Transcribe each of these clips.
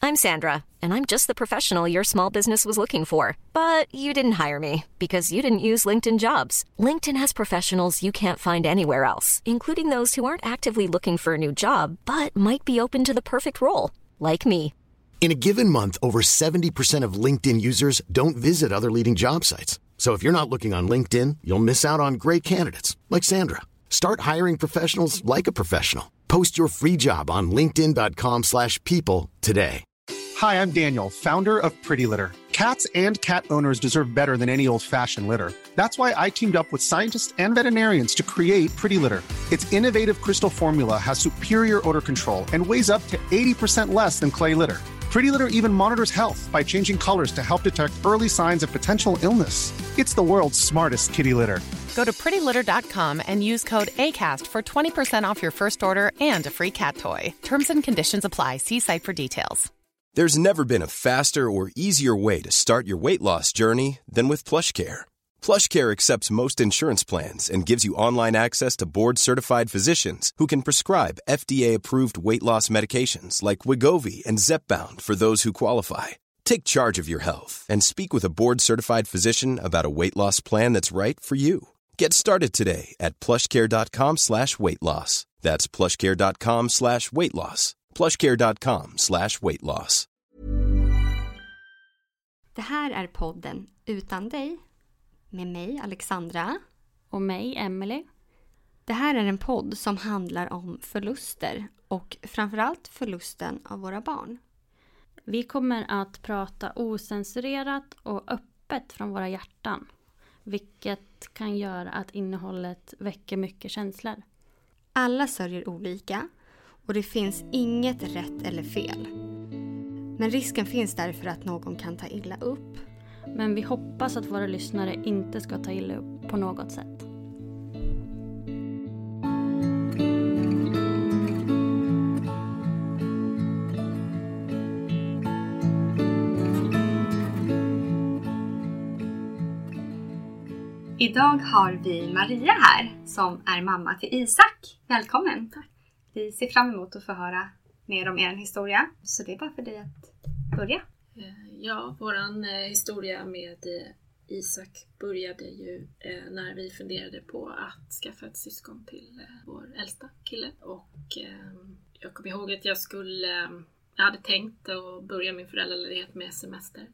I'm Sandra, and I'm just the professional your small business was looking for. But you didn't hire me because you didn't use LinkedIn Jobs. LinkedIn has professionals you can't find anywhere else, including those who aren't actively looking for a new job, but might be open to the perfect role, like me. In a given month, over 70% of LinkedIn users don't visit other leading job sites. So if you're not looking on LinkedIn, you'll miss out on great candidates like Sandra. Start hiring professionals like a professional. Post your free job on linkedin.com/people today. Hi, I'm Daniel, founder of Pretty Litter. Cats and cat owners deserve better than any old-fashioned litter. That's why I teamed up with scientists and veterinarians to create Pretty Litter. Its innovative crystal formula has superior odor control and weighs up to 80% less than clay litter. Pretty Litter even monitors health by changing colors to help detect early signs of potential illness. It's the world's smartest kitty litter. Go to prettylitter.com and use code ACAST for 20% off your first order and a free cat toy. Terms and conditions apply. See site for details. There's never been a faster or easier way to start your weight loss journey than with PlushCare. PlushCare accepts most insurance plans and gives you online access to board-certified physicians who can prescribe FDA-approved weight loss medications like Wegovy and Zepbound for those who qualify. Take charge of your health and speak with a board-certified physician about a weight loss plan that's right for you. Get started today at plushcare.com/weightloss. That's plushcare.com/weightloss. plushcare.com/weightloss. Det här är podden Utan dig med mig Alexandra och mig Emily. Det här är en podd som handlar om förluster och framförallt förlusten av våra barn. Vi kommer att prata osensurerat och öppet från våra hjärtan, vilket kan göra att innehållet väcker mycket känslor. Alla sörjer olika och det finns inget rätt eller fel. Men risken finns därför att någon kan ta illa upp. Men vi hoppas att våra lyssnare inte ska ta illa upp på något sätt. Idag har vi Maria här som är mamma till Isak. Välkommen! Tack. Vi ser fram emot att få höra mer om er historia. Så det är bara för dig att börja. Ja, våran historia med Isak började ju när vi funderade på att skaffa ett syskon till vår äldsta kille. Och jag kommer ihåg att jag hade tänkt att börja min föräldraledighet med semester.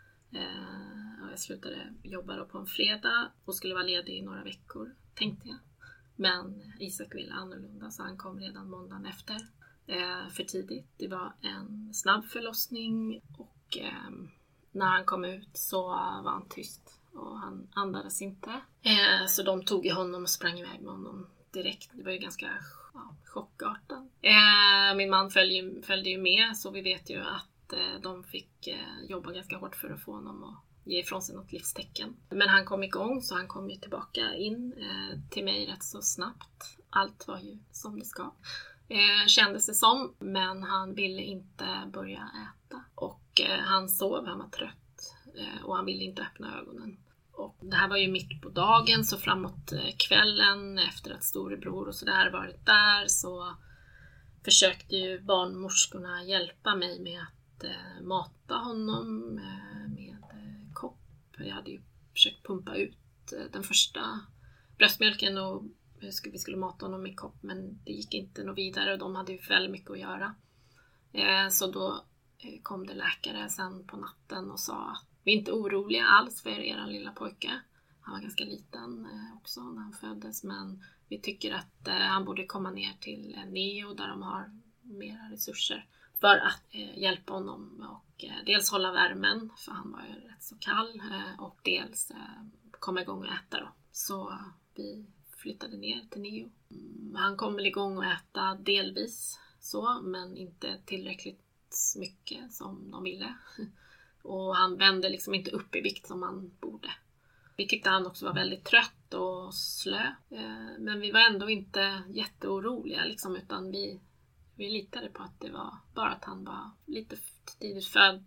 Och jag slutade jobba då på en fredag och skulle vara ledig i några veckor, tänkte jag. Men Isak ville annorlunda så han kom redan måndagen efter. För tidigt. Det var en snabb förlossning och när han kom ut så var han tyst och han andades inte. Så de tog i honom och sprang iväg med honom direkt. Det var ju ganska chockartat. Min man följde ju med så vi vet ju att de fick jobba ganska hårt för att få honom att ge ifrån sig något livstecken. Men han kom igång så han kom ju tillbaka in till mig rätt så snabbt. Allt var ju som det ska. Kändes det som, men han ville inte börja äta. Och han sov, han var trött och han ville inte öppna ögonen. Och det här var ju mitt på dagen så framåt kvällen efter att storebror och sådär varit där så försökte ju barnmorskorna hjälpa mig med att mata honom med kopp. Jag hade ju försökt pumpa ut den första bröstmjölken och vi skulle mata honom med kopp men det gick inte något vidare och de hade ju väldigt mycket att göra. Så då kom det läkare sen på natten och sa att vi är inte oroliga alls för er lilla pojke. Han var ganska liten också när han föddes men vi tycker att han borde komma ner till Neo där de har mera resurser för att hjälpa honom och dels hålla värmen för han var ju rätt så kall och dels komma igång och äta då. Så vi flyttade ner till Neo. Han kom väl igång och äta delvis så men inte tillräckligt mycket som de ville. Och han vände liksom inte upp i vikt som han borde. Vi tyckte han också var väldigt trött och slö. Men vi var ändå inte jätteoroliga liksom, utan vi litade på att det var bara att han var lite tidigt född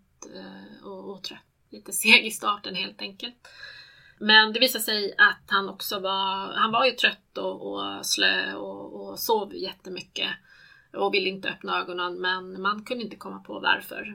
och trött. Lite seg i starten helt enkelt. Men det visade sig att han också var ju trött och slö och sov jättemycket. och ville inte öppna ögonen, men man kunde inte komma på varför.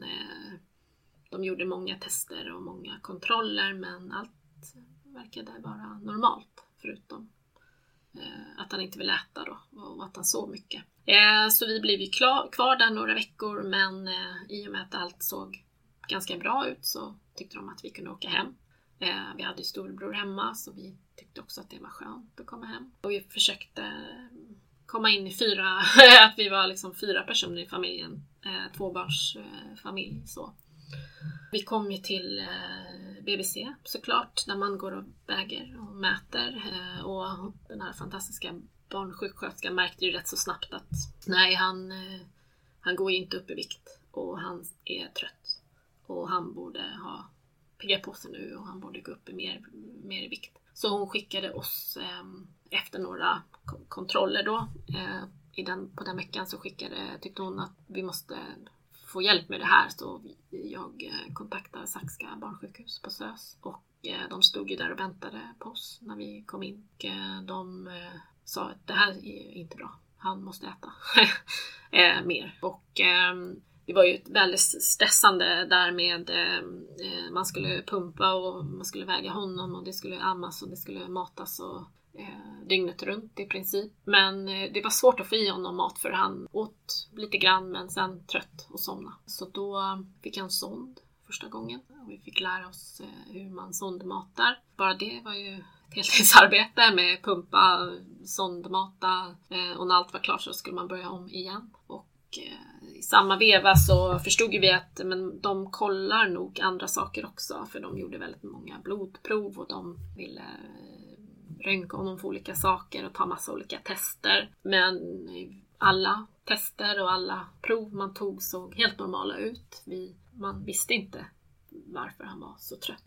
De gjorde många tester och många kontroller, men allt verkade vara normalt förutom att han inte ville äta då och att han sov mycket. Så vi blev ju kvar där några veckor, men i och med att allt såg ganska bra ut så tyckte de att vi kunde åka hem. Vi hade ju storebror hemma, så vi tyckte också att det var skönt att komma hem. Och vi försökte komma in i att vi var liksom 4 personer i familjen, 2-barnsfamilj så. Vi kom ju till BBC såklart, där man går och väger och mäter, och den här fantastiska barnsjuksköterskan märkte ju rätt så snabbt att nej, han går ju inte upp i vikt och han är trött och han borde ha piggat på sig nu och han borde gå upp i mer i vikt. Så hon skickade oss efter några kontroller då på den veckan, så tyckte hon att vi måste få hjälp med det här, så jag kontaktade Saxska barnsjukhus på SÖS och de stod ju där och väntade på oss när vi kom in. Och de sa att det här är inte bra, han måste äta mer. Och det var ju väldigt stressande där med man skulle pumpa och man skulle väga honom och det skulle ammas och det skulle matas och dygnet runt i princip. Men det var svårt att få i honom mat, för han åt lite grann men sen trött och somna. Så då fick han sond första gången och vi fick lära oss hur man sondmatar. Bara det var ju ett heltidsarbete med pumpa, sondmata, och när allt var klart så skulle man börja om igen. Och i samma veva så förstod vi att de kollar nog andra saker också, för de gjorde väldigt många blodprov och de ville röntga honom för olika saker och ta massa olika tester. Men alla tester och alla prov man tog såg helt normala ut. Man visste inte varför han var så trött.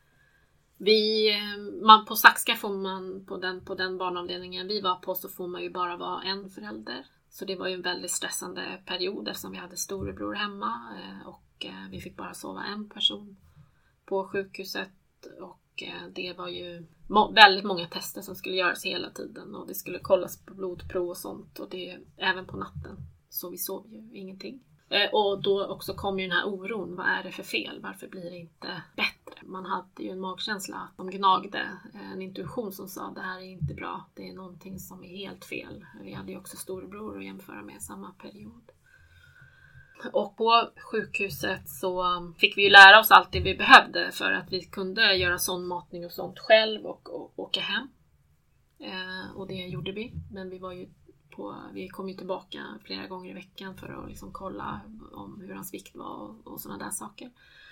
På Saxska får man på den barnavdelningen vi var på, så får man ju bara vara en förälder. Så det var ju en väldigt stressande period eftersom vi hade storebror hemma och vi fick bara sova en person på sjukhuset. Och det var ju väldigt många tester som skulle göras hela tiden och det skulle kollas på blodprov och sånt, och det även på natten. Så vi sov ju ingenting. Och då också kom ju den här oron, vad är det för fel? Varför blir det inte bättre? Man hade ju en magkänsla att de gnagde, en intuition som sa det här är inte bra, det är någonting som är helt fel. Vi hade ju också storebror att jämföra med samma period. Och på sjukhuset så fick vi ju lära oss allt det vi behövde för att vi kunde göra sondmatning och sånt själv och åka hem. Och det gjorde vi, men vi kom ju tillbaka flera gånger i veckan för att liksom kolla om hur hans vikt var och sådana där saker.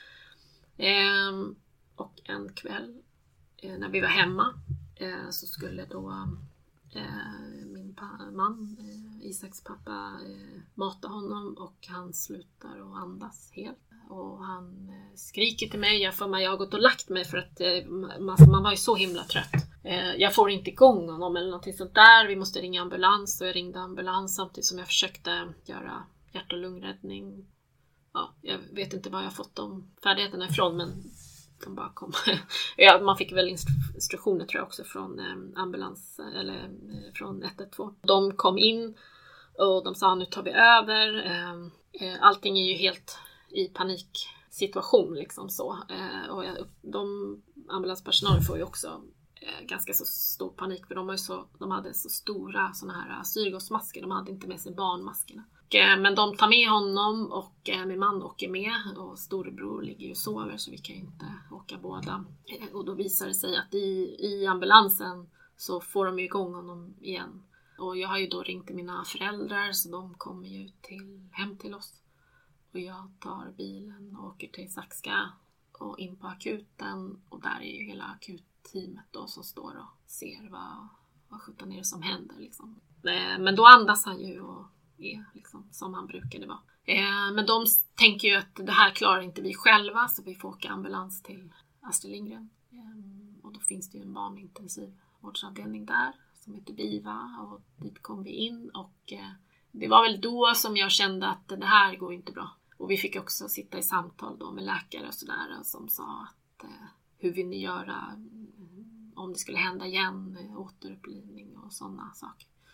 Och en kväll när vi var hemma så skulle då min man, Isaks pappa, mata honom och han slutar att andas helt. Och han skriker till mig, jag har gått och lagt mig för att man var ju så himla trött. Jag får inte igång honom eller någonting sånt där. Vi måste ringa ambulans, och jag ringde ambulans samtidigt som jag försökte göra hjärt- och lungräddning. Ja, jag vet inte var jag fått de färdigheterna ifrån, men de bara kom. Ja, man fick väl instruktioner tror jag också från ambulans eller från 112. De kom in och de sa nu tar vi över. Allting är ju helt i paniksituation liksom så. Och ambulanspersonalen får ju också ganska så stor panik, för de hade så stora såna här syrgasmasker, de hade inte med sig barnmaskerna. Men de tar med honom och min man åker med och storebror ligger och sover så vi kan inte åka båda. Och då visar det sig att i ambulansen så får de igång honom igen. Och jag har ju då ringt till mina föräldrar så de kommer ju hem till oss. Och jag tar bilen och åker till Saxska och in på akuten, och där är ju hela akutteamet då som står och ser vad sjutton är det som händer liksom. Men då andas han ju och är liksom som han brukade vara. Men de tänker ju att det här klarar inte vi själva, så vi får åka ambulans till Astrid Lindgren. Och då finns det ju en barnintensivvårdsavdelning där som heter BIVA, och dit kom vi in, och det var väl då som jag kände att det här går inte bra. Och vi fick också sitta i samtal då med läkare och sådär som sa att hur vill ni göra om det skulle hända igen, återupplivning och sådana saker.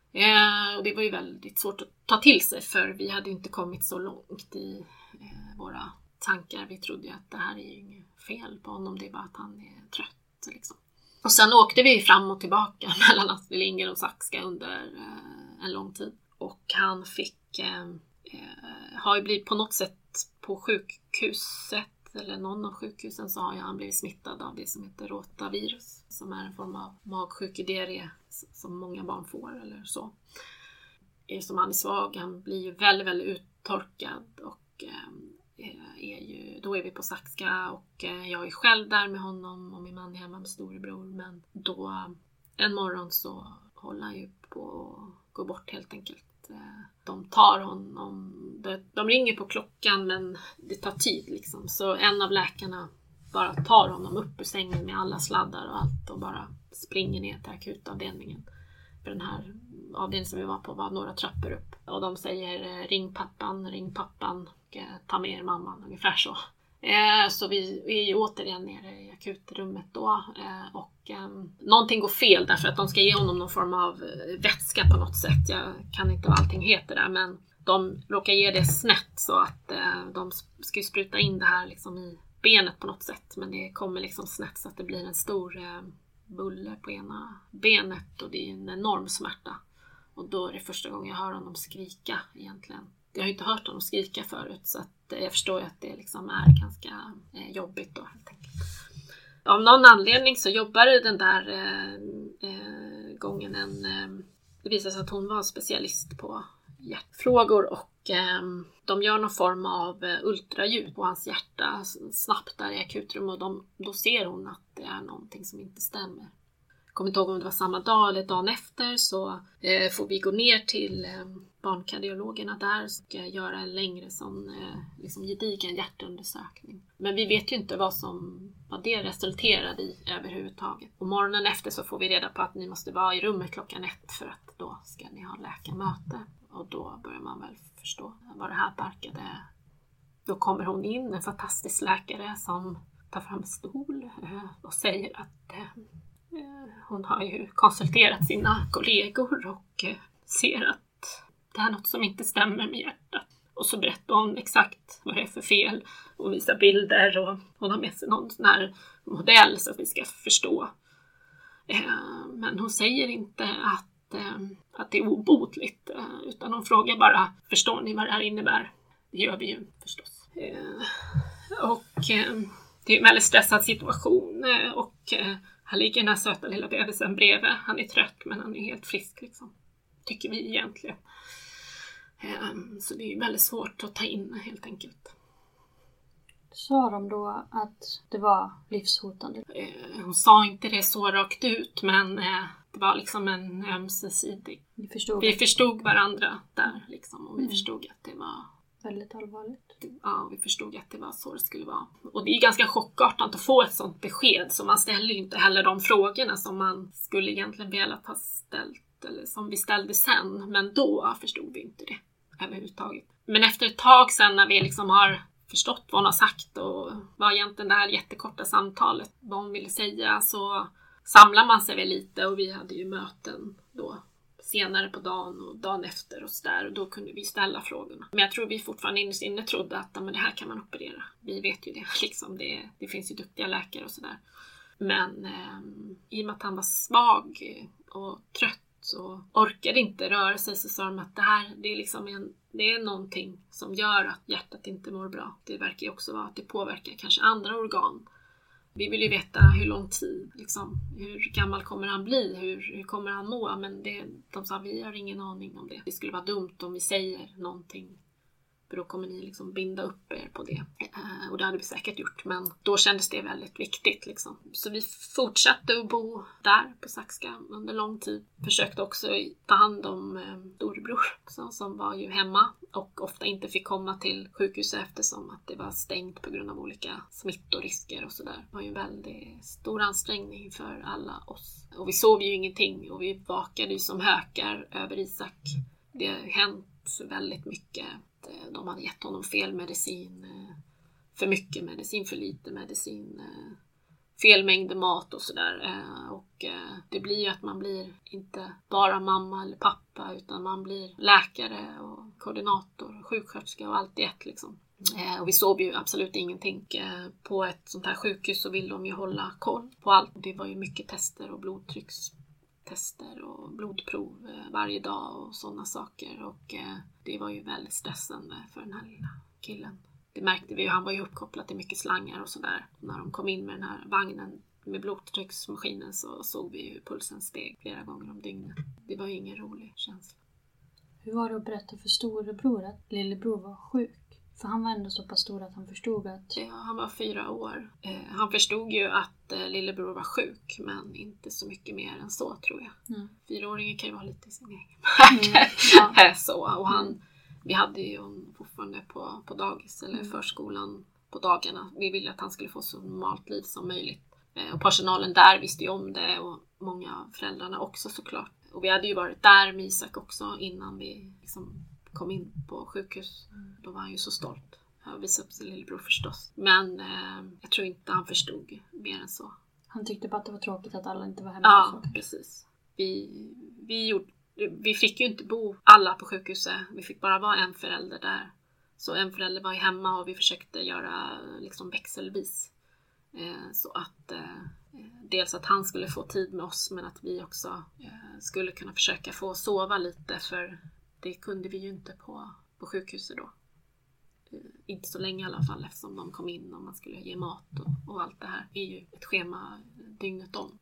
Och det var ju väldigt svårt att ta till sig, för vi hade inte kommit så långt i våra tankar. Vi trodde ju att det här är ju inget fel på honom, det är bara att han är trött liksom. Och sen åkte vi fram och tillbaka mellan Astrid Lindgren och Saxska under en lång tid. Och han fick har ju blivit på något sätt på sjukhuset, eller någon av sjukhusen, så har han blivit smittad av det som heter rotavirus, som är en form av magsjukederie som många barn får eller så. Som han är svag, han blir ju väldigt, väldigt uttorkad, och då är vi på Saxska, och jag är själv där med honom och min man är hemma med storebror. Men då en morgon så håller han ju på att gå bort helt enkelt. De tar honom, de ringer på klockan, men det tar tid liksom. Så en av läkarna bara tar honom upp ur sängen med alla sladdar och allt och bara springer ner till akutavdelningen. För den här avdelningen som vi var på var några trappor upp. Och de säger ring pappan och ta med er mamman, ungefär så. Så vi är ju återigen nere i akutrummet då, och någonting går fel därför att de ska ge honom någon form av vätska på något sätt. Jag kan inte vad allting heter där, men de råkar ge det snett så att de ska ju spruta in det här liksom i benet på något sätt, men det kommer liksom snett så att det blir en stor bulle på ena benet, och det är en enorm smärta. Och då är det första gången jag hör honom skrika egentligen. Jag har inte hört honom skrika förut, så att jag förstår ju att det liksom är ganska jobbigt då helt enkelt. Av någon anledning så jobbade den där gången det visade sig att hon var specialist på hjärtfrågor, och de gör någon form av ultraljud på hans hjärta snabbt där i akutrum, och då ser hon att det är någonting som inte stämmer. Jag kommer inte ihåg om det var samma dag eller dagen efter, så får vi gå ner till barnkardiologerna där och ska göra en längre sån liksom gedigen hjärtundersökning. Men vi vet ju inte vad det resulterade i överhuvudtaget. Och morgonen efter så får vi reda på att ni måste vara i rummet 1:00 för att då ska ni ha läkarmöte. Och då börjar man väl förstå vad det här barkade. Då kommer hon in, en fantastisk läkare som tar fram en stol och säger att hon har ju konsulterat sina kollegor och ser att det är något som inte stämmer med hjärtat. Och så berättar hon exakt vad det är för fel och visar bilder, och hon har med sig någon sån här modell så att vi ska förstå. Men hon säger inte att det är obotligt, utan hon frågar bara, förstår ni vad det här innebär? Det gör vi ju förstås. Och det är en väldigt stressad situation, och här ligger den här söta lilla bebisen bredvid. Han är trött, men han är helt frisk liksom. Tycker vi egentligen. Så det är väldigt svårt att ta in helt enkelt. Sa de då att det var livshotande? Hon sa inte det så rakt ut, men det var liksom en ömsesidig. Vi förstod varandra där liksom, och vi förstod att det var väldigt allvarligt. Ja, vi förstod att det var så det skulle vara. Och det är ganska chockartat att få ett sånt besked, så man ställer ju inte heller de frågorna som man skulle egentligen velat ha ställt, eller som vi ställde sen. Men då förstod vi inte det överhuvudtaget. Men efter ett tag sen när vi liksom har förstått vad hon har sagt och vad egentligen det här jättekorta samtalet, vad hon ville säga, så samlar man sig väl lite, och vi hade ju möten då senare på dagen och dagen efter och sådär, och då kunde vi ställa frågorna. Men jag tror vi fortfarande innerst inne trodde att men det här kan man operera. Vi vet ju det liksom, det finns ju duktiga läkare och sådär. Men i och med att han var svag och trött och orkade inte röra sig, så sa de att det är liksom det är någonting som gör att hjärtat inte mår bra. Det verkar ju också vara att det påverkar kanske andra organ. Vi vill ju veta hur lång tid, liksom, hur gammal kommer han bli, hur kommer han må, men de sa vi har ingen aning om det. Det skulle vara dumt om vi säger någonting, för då kommer ni liksom binda upp er på det. Och det hade vi säkert gjort, men då kändes det väldigt viktigt liksom. Så vi fortsatte att bo där på Saxska under lång tid. Försökte också ta hand om storebror som var ju hemma och ofta inte fick komma till sjukhuset eftersom att det var stängt på grund av olika smittorisker och sådär. Det var ju en väldigt stor ansträngning för alla oss. Och vi sov ju ingenting, och vi vakade ju som hökar över Isak. Det har hänt väldigt mycket. De hade gett honom fel medicin, för mycket medicin, för lite medicin, fel mängder mat och sådär. Och det blir ju att man blir inte bara mamma eller pappa, utan man blir läkare och koordinator, sjuksköterska och allt i ett liksom. Och vi sov ju absolut ingenting. På ett sånt här sjukhus så vill de ju hålla koll på allt. Det var ju mycket tester och blodtryckstester och blodprov varje dag och sådana saker. Och det var ju väldigt stressande för den här lilla killen. Det märkte vi ju, han var ju uppkopplad till mycket slangar och sådär. När de kom in med den här vagnen med blodtrycksmaskinen så såg vi ju pulsen steg flera gånger om dygnet. Det var ju ingen rolig känsla. Hur var det att berätta för storebror att lillebror var sjuk? För han var ändå så pass stor att han förstod att... Ja, han var 4 år. Han förstod ju att lillebror var sjuk, men inte så mycket mer än så, tror jag. 4-åringen kan ju vara lite i sin egen värld. Så, och vi hade ju honom fortfarande på dagis eller förskolan på dagarna. Vi ville att han skulle få så normalt liv som möjligt. Och personalen där visste ju om det, och många av föräldrarna också såklart. Och vi hade ju varit där med Isak också innan vi liksom kom in på sjukhus. Då var han ju så stolt. Jag visade upp sin lillebror förstås. Men jag tror inte han förstod mer än så. Han tyckte bara att det var tråkigt att alla inte var hemma. Ja, precis. Vi fick ju inte bo alla på sjukhuset. Vi fick bara vara en förälder där. Så en förälder var hemma och vi försökte göra liksom växelvis. Så att dels att han skulle få tid med oss, men att vi också skulle kunna försöka få sova lite, för det kunde vi ju inte på sjukhuset då. Inte så länge i alla fall, eftersom de kom in och man skulle ge mat och allt det här är ju ett schema dygnet om.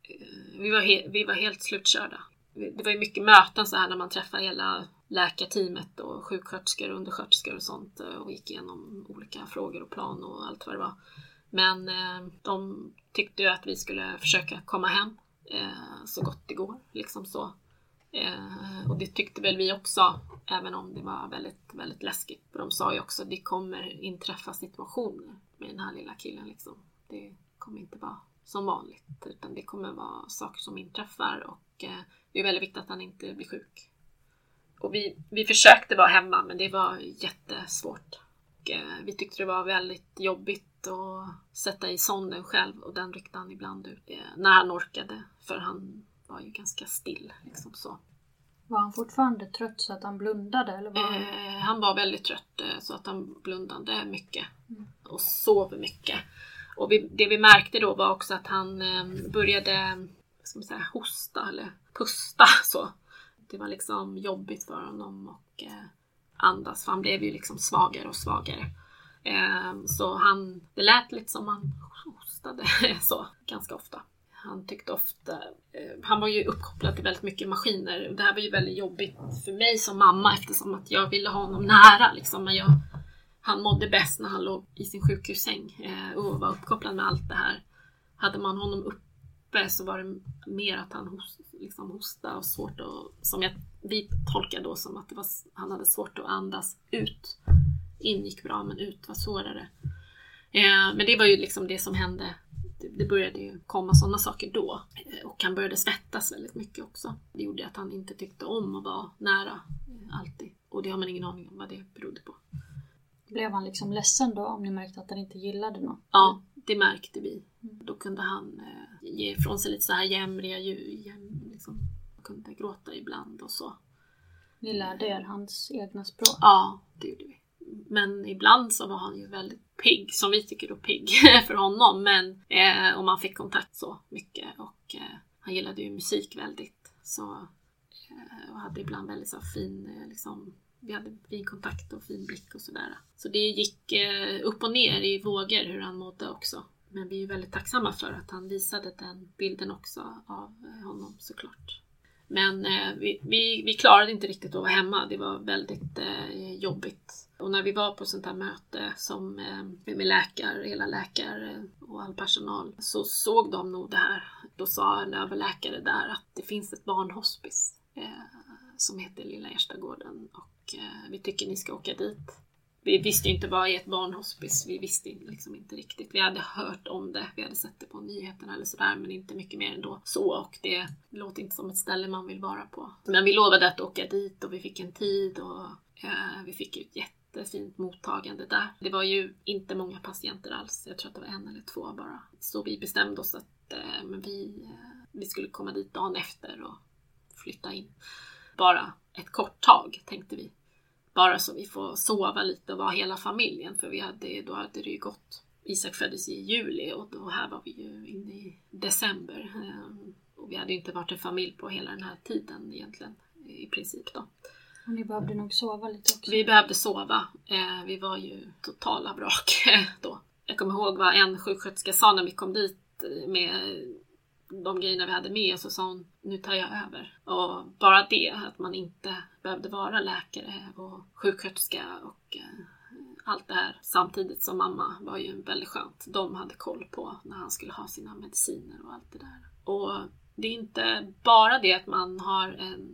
Vi var helt slutkörda. Det var ju mycket möten så här när man träffade hela läkarteamet och sjuksköterskor och undersköterskor och sånt, och gick igenom olika frågor och plan och allt vad det var. Men de tyckte ju att vi skulle försöka komma hem så gott det går, liksom så. Och det tyckte väl vi också, även om det var väldigt, väldigt läskigt. För de sa ju också att det kommer inträffa situationer med den här lilla killen liksom. Det kommer inte vara som vanligt, utan det kommer vara saker som inträffar, och det är väldigt viktigt att han inte blir sjuk. Och vi försökte vara hemma, men det var jättesvårt. Och vi tyckte det var väldigt jobbigt att sätta i sonden själv, och den ryckte han ibland ut när han orkade, för han var ju ganska still liksom så. Var han fortfarande trött så att han blundade? Eller var han var väldigt trött så att han blundade mycket och sov mycket. Och det vi märkte då var också att han började hosta eller pusta så. Det var liksom jobbigt för honom och andas, för han blev ju liksom svagare och svagare. Så det lät lite som han hostade så ganska ofta. Han tyckte ofta, han var ju uppkopplad till väldigt mycket maskiner. Det här var ju väldigt jobbigt för mig som mamma, eftersom att jag ville ha honom nära liksom. Men han mådde bäst när han låg i sin sjukhussäng och var uppkopplad med allt det här. Hade man honom uppe så var det mer att han hostade och svårt att, som vi tolkade då som att han hade svårt att andas ut. In gick bra, men ut var svårare. Men det var ju liksom det som hände. Det började ju komma sådana saker då. Och han började svettas väldigt mycket också. Det gjorde att han inte tyckte om att vara nära alltid. Och det har man ingen aning om vad det berodde på. Blev han liksom ledsen då om ni märkte att han inte gillade något? Ja, det märkte vi. Då kunde han ge ifrån sig lite så här jämriga liksom. Han kunde gråta ibland och så. Ni lärde er hans egna språk? Ja, det gjorde vi. Men ibland så var han ju väldigt pigg, som vi tycker då pigg för honom. Men om man fick kontakt så mycket. Och han gillade ju musik väldigt. Så och hade ibland väldigt så fin, liksom, vi hade fin kontakt och fin blick och sådär. Så det gick upp och ner i vågor hur han mådde också. Men vi är ju väldigt tacksamma för att han visade den bilden också av honom såklart. Men vi klarade inte riktigt att vara hemma. Det var väldigt jobbigt. Och när vi var på sånt här möte som med hela läkare och all personal, så såg de nog det här. Då sa en överläkare där att det finns ett barnhospice som heter Lilla Erstagården. Och vi tycker ni ska åka dit. Vi visste inte vad är ett barnhospice. Vi visste liksom inte riktigt. Vi hade hört om det. Vi hade sett det på nyheterna eller sådär. Men inte mycket mer ändå. Så, och det låter inte som ett ställe man vill vara på. Men vi lovade att åka dit och vi fick en tid. Och vi fick ett jättefint mottagande där. Det var ju inte många patienter alls. Jag tror att det var 1 eller 2 bara. Så vi bestämde oss att vi skulle komma dit dagen efter och flytta in. Bara ett kort tag tänkte vi. Bara så vi får sova lite och vara hela familjen. För då hade det ju gått. Isak föddes i juli och då här var vi ju inne i december. Och vi hade ju inte varit en familj på hela den här tiden egentligen i princip då. Och ni behövde nog sova lite också. Vi behövde sova. Vi var ju totala vrak då. Jag kommer ihåg vad en sjuksköterska sa när vi kom dit med de grejerna vi hade med oss och sa hon, nu tar jag över. Och bara det, att man inte behövde vara läkare och sjuksköterska och allt det här samtidigt som mamma var ju väldigt skönt. De hade koll på när han skulle ha sina mediciner och allt det där. Och det är inte bara det att man har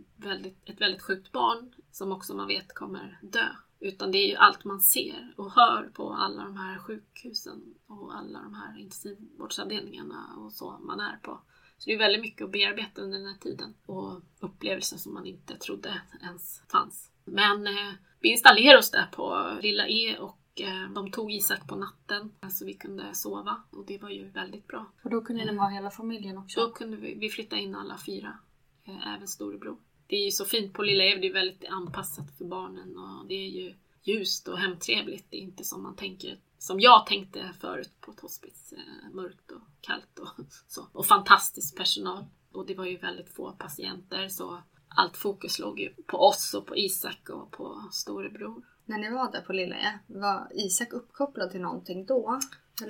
ett väldigt sjukt barn som också man vet kommer dö. Utan det är ju allt man ser och hör på alla de här sjukhusen och alla de här intensivvårdsavdelningarna och så man är på. Så det är väldigt mycket att bearbeta under den här tiden och upplevelser som man inte trodde ens fanns. Men vi installerade oss där på Lilla E och de tog Isak på natten så vi kunde sova och det var ju väldigt bra. Och då kunde ni vara hela familjen också? Då kunde vi flytta in alla 4, även storebror. Det är ju så fint på Lilla E, det är väldigt anpassat för barnen och det är ju ljust och hemtrevligt. Det är inte som man tänker, som jag tänkte förut på ett hospice, mörkt och kallt och så. Och fantastisk personal. Och det var ju väldigt få patienter så allt fokus låg ju på oss och på Isak och på storebror. När ni var där på Lilla E, var Isak uppkopplad till någonting då?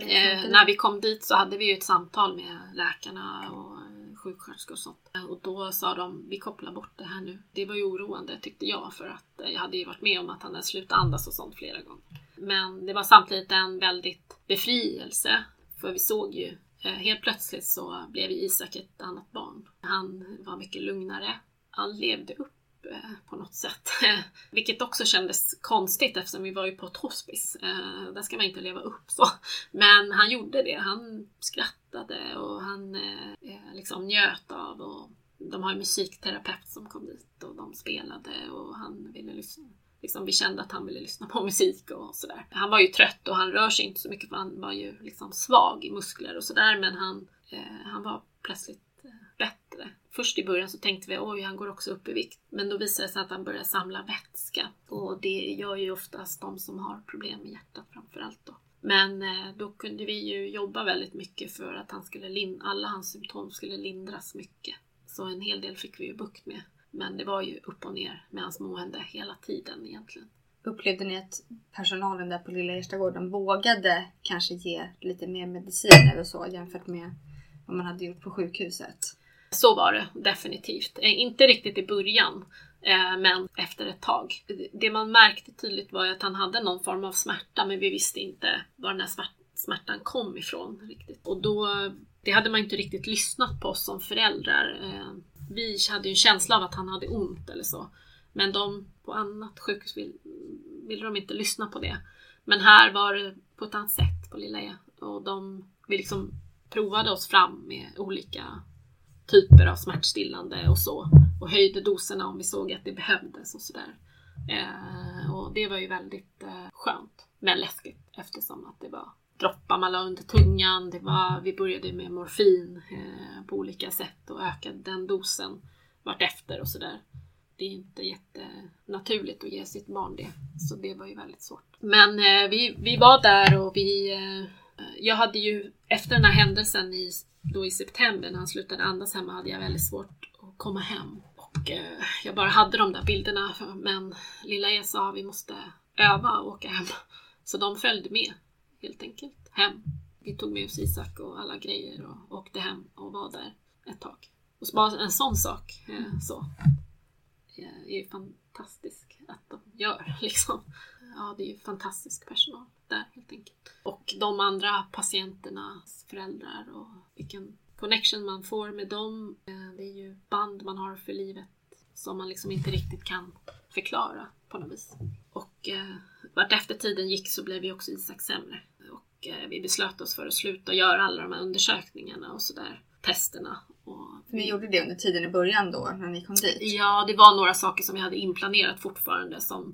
När vi kom dit så hade vi ju ett samtal med läkarna och sjuksköterskor och sånt. Och då sa de, vi kopplar bort det här nu. Det var ju oroande tyckte jag för att jag hade ju varit med om att han hade slutat andas och sånt flera gånger. Men det var samtidigt en väldigt befrielse. För vi såg ju, helt plötsligt så blev Isak ett annat barn. Han var mycket lugnare. Han levde upp på något sätt. Vilket också kändes konstigt eftersom vi var ju på ett hospice. Där ska man inte leva upp så. Men han gjorde det. Han skrattade och han liksom njöt av. Och de har en musikterapeut som kom dit och de spelade och han ville lyssna. Liksom, vi kände att han ville lyssna på musik och sådär. Han var ju trött och han rör sig inte så mycket för han var ju liksom svag i muskler och sådär. Men han var plötsligt bättre. Först i början så tänkte vi, oj han går också upp i vikt. Men då visade det sig att han började samla vätska. Och det gör ju oftast de som har problem med hjärtat framförallt då. Men då kunde vi ju jobba väldigt mycket för att han skulle alla hans symptom skulle lindras mycket. Så en hel del fick vi ju bukt med. Men det var ju upp och ner med hans mående hela tiden egentligen. Upplevde ni att personalen där på Lilla Erstagården vågade kanske ge lite mer mediciner och så jämfört med vad man hade gjort på sjukhuset? Så var det definitivt. Inte riktigt i början, men efter ett tag. Det man märkte tydligt var att han hade någon form av smärta, men vi visste inte var den här smärtan kom ifrån riktigt. Och då, det hade man inte riktigt lyssnat på oss som föräldrar. Vi hade ju en känsla av att han hade ont eller så. Men de på annat sjukhus ville de inte lyssna på det. Men här var det på ett annat sätt på Lilla E. Och vi liksom provade oss fram med olika typer av smärtstillande och så. Och höjde doserna om vi såg att det behövdes och sådär. Och det var ju väldigt skönt. Men läskigt eftersom att det var droppar man la under tungan. Vi började med morfin på olika sätt och ökade den dosen vart efter och sådär. Det är inte jättenaturligt att ge sitt barn det. Så det var ju väldigt svårt. Men vi var där och jag hade ju efter den här händelsen i september när han slutade andas hemma hade jag väldigt svårt att komma hem. Och jag bara hade de där bilderna men Lilla E sa vi måste öva och åka hem. Så de följde med helt enkelt hem. Vi tog med oss Isak och alla grejer och åkte hem och var där ett tag. Och så bara en sån sak så är ju fantastisk att de gör liksom. Ja, det är ju fantastisk personal där helt enkelt. Och de andra patienternas föräldrar och vilken connection man får med dem. Det är ju band man har för livet som man liksom inte riktigt kan förklara på något vis. Och vart efter tiden gick så blev vi också Isak sämre. Och vi beslöt oss för att sluta göra alla de här undersökningarna och sådär. Testerna. Ni gjorde det under tiden i början då när ni kom dit? Ja, det var några saker som vi hade inplanerat fortfarande som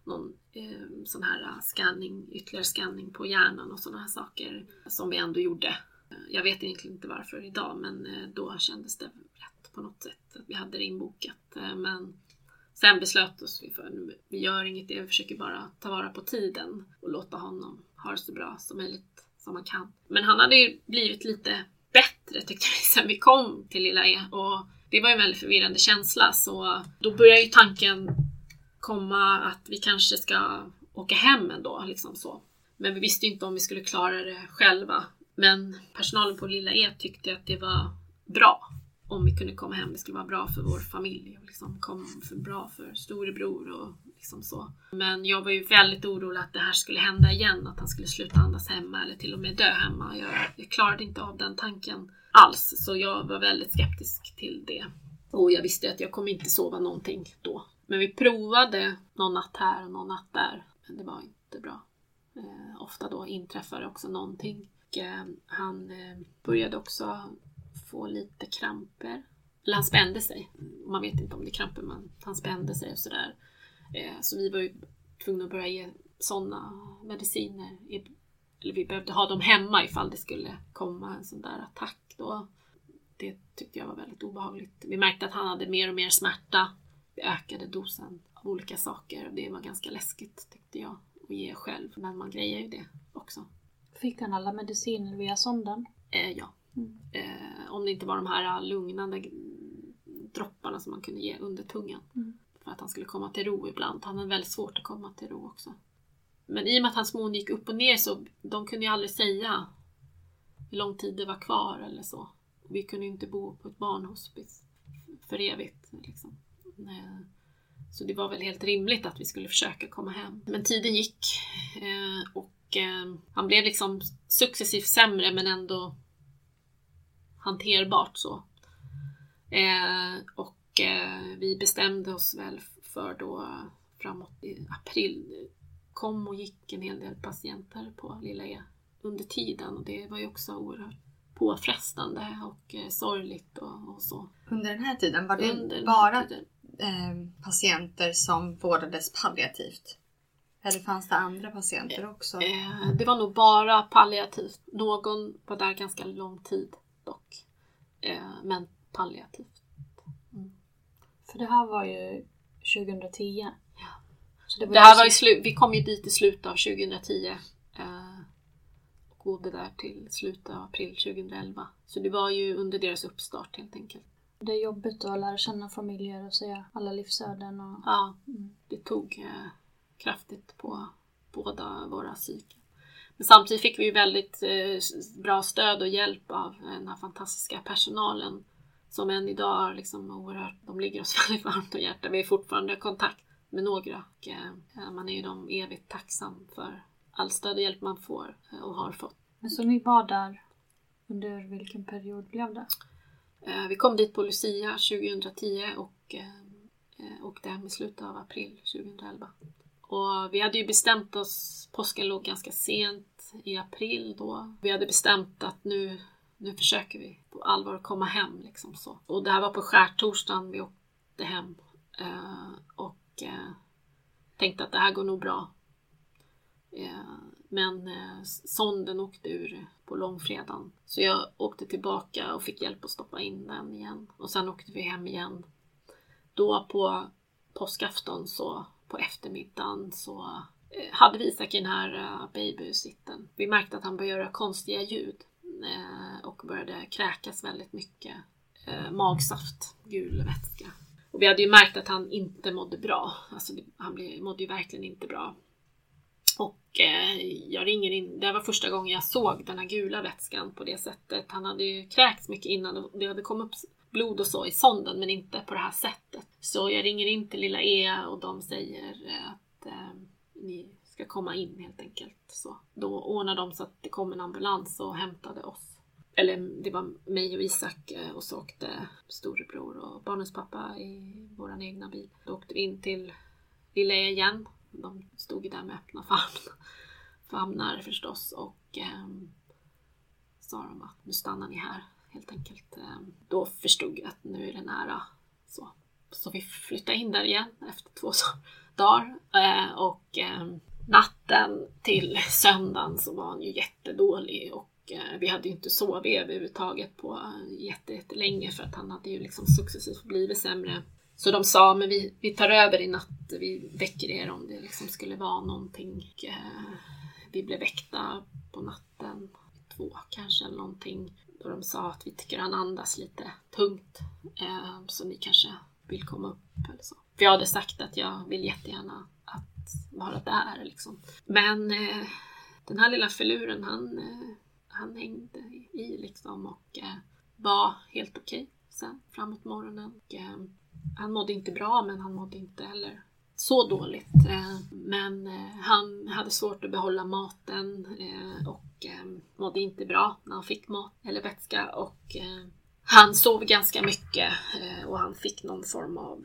någon sån här ytterligare scanning på hjärnan och sådana här saker som vi ändå gjorde. Jag vet egentligen inte varför idag, men då kändes det rätt på något sätt att vi hade det inbokat. Men sen beslöt oss vi för vi gör inget, vi försöker bara ta vara på tiden och låta honom ha det så bra som möjligt som man kan. Men han hade ju blivit lite bättre tyckte vi sen vi kom till Lilla E, och det var ju en väldigt förvirrande känsla, så då började ju tanken komma att vi kanske ska åka hem ändå, liksom så. Men vi visste ju inte om vi skulle klara det själva. Men personalen på Lilla E tyckte att det var bra om vi kunde komma hem. Det skulle vara bra för vår familj och liksom bra för storebror och liksom så. Men jag var ju väldigt orolig att det här skulle hända igen, att han skulle sluta andas hemma eller till och med dö hemma. Jag klarade inte av den tanken alls, så jag var väldigt skeptisk till det. Och jag visste att jag kommer inte sova någonting då. Men vi provade någon natt här och någon natt där, men det var inte bra. Ofta då inträffade också någonting. Han började också få lite kramper. Eller han spände sig. Man vet inte om det är kramper, men han spände sig och sådär. Så vi var ju tvungna att börja ge sådana mediciner. Eller vi behövde ha dem hemma ifall det skulle komma en sån där attack då. Det tyckte jag var väldigt obehagligt. Vi märkte att han hade mer och mer smärta. Vi ökade dosen av olika saker. Och det var ganska läskigt tyckte jag att ge själv. Men man grejer ju det också. Fick han alla mediciner via sonden? Ja. Om det inte var de här lugnande dropparna som man kunde ge under tungan. För att han skulle komma till ro ibland. Han hade väldigt svårt att komma till ro också. Men i och med att hans mån gick upp och ner så de kunde ju aldrig säga hur lång tid det var kvar eller så. Och vi kunde ju inte bo på ett barnhospice för evigt liksom. Så det var väl helt rimligt att vi skulle försöka komma hem. Men tiden gick och han blev liksom successivt sämre men ändå hanterbart så. Och vi bestämde oss väl för då framåt i april kom och gick en hel del patienter på Lilla E under tiden. Och det var ju också oerhört påfrestande och sorgligt och så. Under den här tiden var det bara patienter som vårdades palliativt? Eller fanns det andra patienter också? Det var nog bara palliativt. Någon var där ganska lång tid dock. Men palliativt. För det här var ju 2010. Ja. Så det här var vi kom ju dit i slutet av 2010. Och bodde där till slutet av april 2011. Så det var ju under deras uppstart helt enkelt. Det är jobbigt att lära känna familjer och se alla livsöden. Och... Ja, det tog kraftigt på båda våra psyken. Men samtidigt fick vi ju väldigt bra stöd och hjälp av den här fantastiska personalen. Som än idag liksom oerhört, de ligger oss väldigt varmt och hjärta. Vi är fortfarande i kontakt med några. Och, man är ju de evigt tacksam för all stöd och hjälp man får och har fått. Men så ni var där under vilken period blev det? Vi kom dit på Lucia 2010 och åkte hem i slutet av april 2011. Och vi hade ju bestämt oss, påsken låg ganska sent i april då. Vi hade bestämt att nu försöker vi på allvar komma hem liksom så. Och det här var på skärtorsdagen vi åkte hem. Och tänkte att det här går nog bra. Men sonden åkte ur på långfredagen. Så jag åkte tillbaka och fick hjälp att stoppa in den igen. Och sen åkte vi hem igen. Då på påskafton så på eftermiddagen så hade vi Isak i den här babysitten. Vi märkte att han började göra konstiga ljud. Och började kräkas väldigt mycket. Magsaft, gul vätska. Och vi hade ju märkt att han inte mådde bra. Alltså mådde ju verkligen inte bra. Och jag ringer in. Det var första gången jag såg den här gula vätskan på det sättet. Han hade ju kräkts mycket innan. Och det hade kommit upp blod och så i sonden. Men inte på det här sättet. Så jag ringer in till Lilla E. Och de säger att ni ska komma in helt enkelt. Så då ordnade de så att det kom en ambulans och hämtade oss. Eller det var mig och Isak. Och så åkte storebror och barnens pappa i våran egna bil. Då åkte vi in till Lilla E igen. De stod där med öppna famnar förstås. Och sa de att nu stannar ni här helt enkelt. Då förstod jag att nu är det nära. Så vi flyttade in där igen efter dagar. Och natten till söndagen så var han ju jättedålig. Och vi hade ju inte sovit överhuvudtaget på jättelänge för att han hade ju liksom successivt blivit sämre. Så de sa, men vi tar över i natt, vi väcker er om det liksom skulle vara någonting. Vi blev väckta på natten 2 kanske eller någonting. Då de sa att vi tycker han andas lite tungt. Så ni kanske vill komma upp eller så. För jag hade sagt att jag vill jättegärna att vara där liksom. Men den här lilla filuren han hängde i liksom och var helt okej sen framåt morgonen. Och, han mådde inte bra, men han mådde inte heller så dåligt. Men han hade svårt att behålla maten och mådde inte bra när han fick mat eller vätska. Och han sov ganska mycket och han fick någon form av,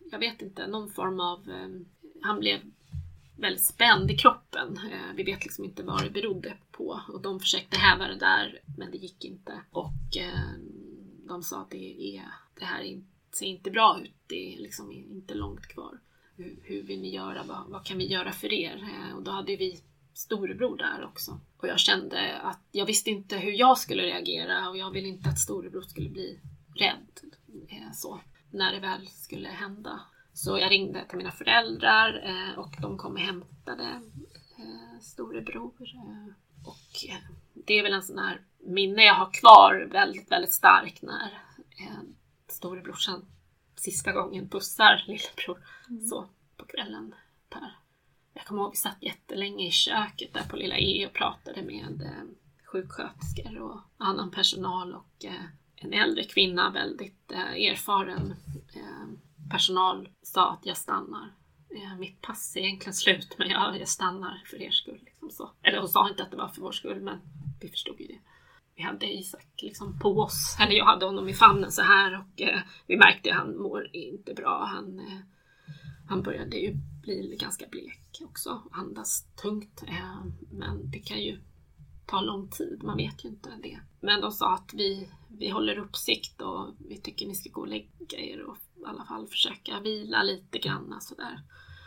han blev väldigt spänd i kroppen. Vi vet liksom inte vad det berodde på. Och de försökte häva det där, men det gick inte. Och de sa att det här ser inte bra ut. Det är liksom inte långt kvar. Hur vill ni göra? Vad kan vi göra för er? Och då hade vi storebror där också. Och jag kände att jag visste inte hur jag skulle reagera. Och jag ville inte att storebror skulle bli rädd. Så när det väl skulle hända. Så jag ringde till mina föräldrar och de kom och hämtade storebror. Och det är väl en sån här minne jag har kvar väldigt, väldigt starkt när storebrorsan sista gången pussar lillebror så på kvällen där. Jag kommer ihåg vi satt jättelänge i köket där på lilla E och pratade med sjuksköterskor och annan personal och en äldre kvinna, väldigt erfaren personal, sa att jag stannar. Mitt pass är egentligen slut, men jag stannar för er skull. Liksom så. Eller hon sa inte att det var för vår skull, men vi förstod ju det. Vi hade Isak liksom på oss, eller jag hade honom i famnen så här och vi märkte att han mår inte bra. Han började ju bli ganska blek också, andas tungt, men det kan ju ta lång tid, man vet ju inte det. Men de sa att vi håller uppsikt och vi tycker ni ska gå och lägga er och i alla fall försöka vila lite grann sådär.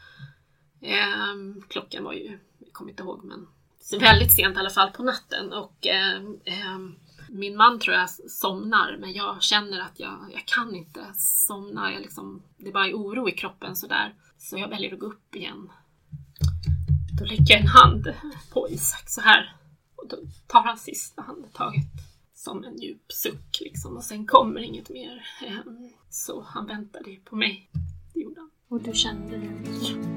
Klockan var ju, jag kommer inte ihåg, men så väldigt sent i alla fall på natten och min man tror jag somnar, men jag känner att jag kan inte somna, det bara är oro i kroppen sådär, så jag väljer att gå upp igen. Då lägger jag en hand på Isak så här och då tar han sista handtaget som en djup suck liksom, och sen kommer inget mer, så han väntade på mig, det gjorde han. Och du kände det?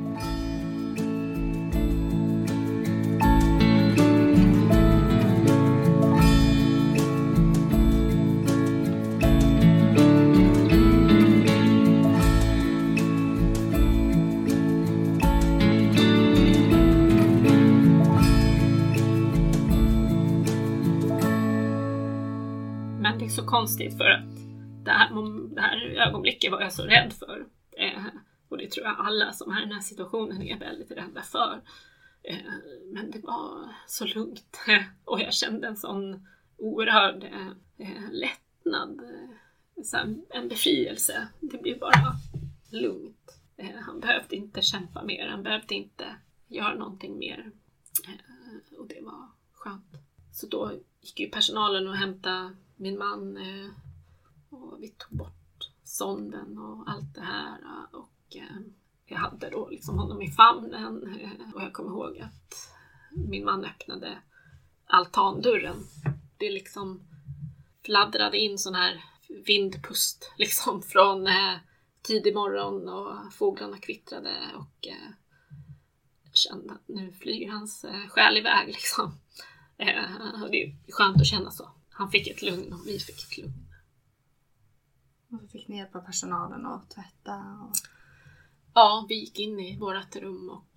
Men det är så konstigt för att det här ögonblicket var jag så rädd för. Och det tror jag alla som är i den här situationen är väldigt rädda för. Men det var så lugnt. Och jag kände en sån oerhörd lättnad. En befrielse. Det blev bara lugnt. Han behövde inte kämpa mer. Han behövde inte göra någonting mer. Och det var skönt. Så då gick ju personalen och hämtade min man. Och vi tog bort sonden och allt det här. Och jag hade då liksom honom i famnen. Och jag kommer ihåg att min man öppnade altandörren. Det liksom fladdrade in sån här vindpust liksom från tidig morgon och fåglarna kvittrade och jag kände att nu flyger hans själ iväg liksom. Och det är skönt att känna så. Han fick ett lugn och vi fick ett lugn. Och så fick ni hjälpa personalen att tvätta? Och... Ja, vi gick in i vårat rum och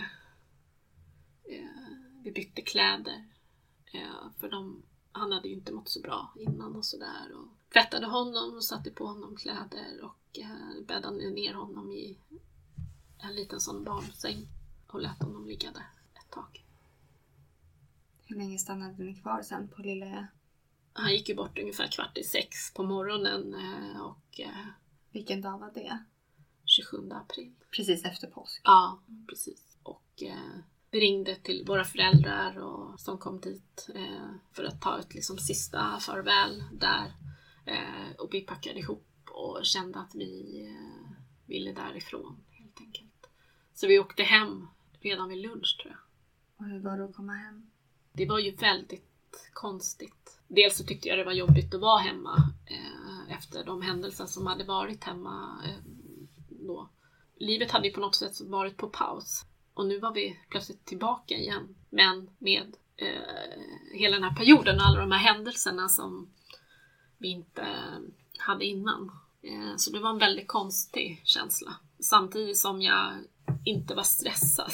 vi bytte kläder. För han hade ju inte mått så bra innan och sådär. Och tvättade honom och satte på honom kläder och bäddade ner honom i en liten sån barnsäng och lät honom ligga där ett tag. Hur länge stannade ni kvar sen på lilla... Han gick ju bort ungefär 5:15 på morgonen och... Vilken dag var det? 27 april. Precis efter påsk. Ja, precis. Och vi ringde till våra föräldrar och som kom dit för att ta ett liksom sista farväl där. Och vi packade ihop och kände att vi ville därifrån helt enkelt. Så vi åkte hem redan vid lunch tror jag. Och hur var det att komma hem? Det var ju väldigt konstigt. Dels så tyckte jag det var jobbigt att vara hemma efter de händelser som hade varit hemma då. Livet hade ju på något sätt varit på paus. Och nu var vi plötsligt tillbaka igen. Men med hela den här perioden och alla de här händelserna som vi inte hade innan. Så det var en väldigt konstig känsla. Samtidigt som jag inte var stressad.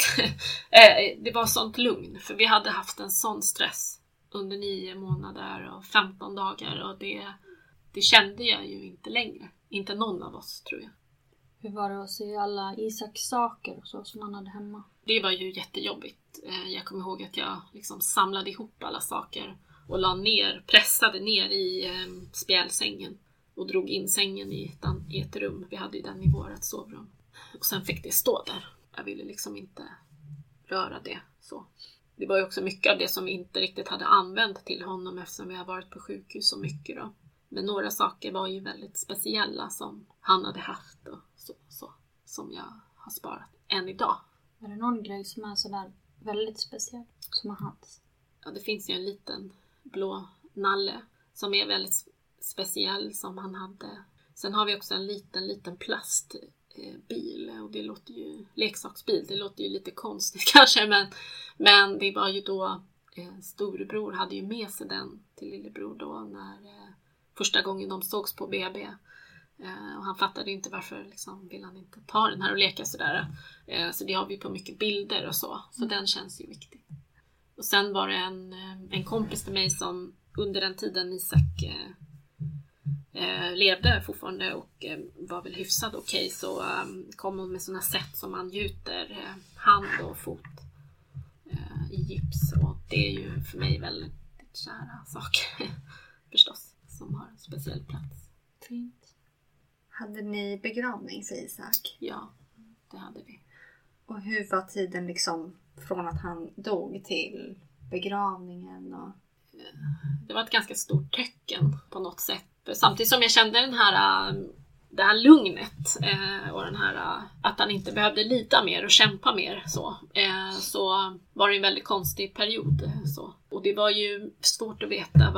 Det var sånt lugn. För vi hade haft en sån stress under 9 månader och 15 dagar. Och det kände jag ju inte längre. Inte någon av oss tror jag. Hur var det att se alla Isaks saker och så som han hade hemma? Det var ju jättejobbigt. Jag kommer ihåg att jag liksom samlade ihop alla saker och pressade ner i spjälsängen och drog in sängen i ett rum. Vi hade ju den i vårt sovrum. Och sen fick det stå där. Jag ville liksom inte röra det så. Det var ju också mycket av det som vi inte riktigt hade använt till honom eftersom vi har varit på sjukhus så mycket då. Men några saker var ju väldigt speciella som han hade haft och så som jag har sparat än idag. Är det någon grej som är sådär väldigt speciell som har haft? Ja, det finns ju en liten blå nalle som är väldigt speciell som han hade. Sen har vi också en liten plastbil och det låter ju leksaksbil. Det låter ju lite konstigt kanske men det var ju då storebror hade ju med sig den till lillebror då när första gången de sågs på BB. Och han fattade inte varför liksom, vill han inte ta den här och leka sådär. Så det har vi på mycket bilder och så. Så den känns ju viktig. Och sen var det en kompis till mig som under den tiden Isak levde fortfarande och var väl hyfsad okej. Så kom hon med sådana sätt som man gjuter hand och fot i gips. Och det är ju för mig väldigt kära saker förstås. Som har en speciell plats. Fint. Hade ni begravning, säger Isak? Ja, det hade vi. Och hur var tiden liksom från att han dog till begravningen? Och... Det var ett ganska stort tecken på något sätt. Samtidigt som jag kände det här lugnet och den här att han inte behövde lida mer och kämpa mer så var det en väldigt konstig period så. Och det var ju svårt att veta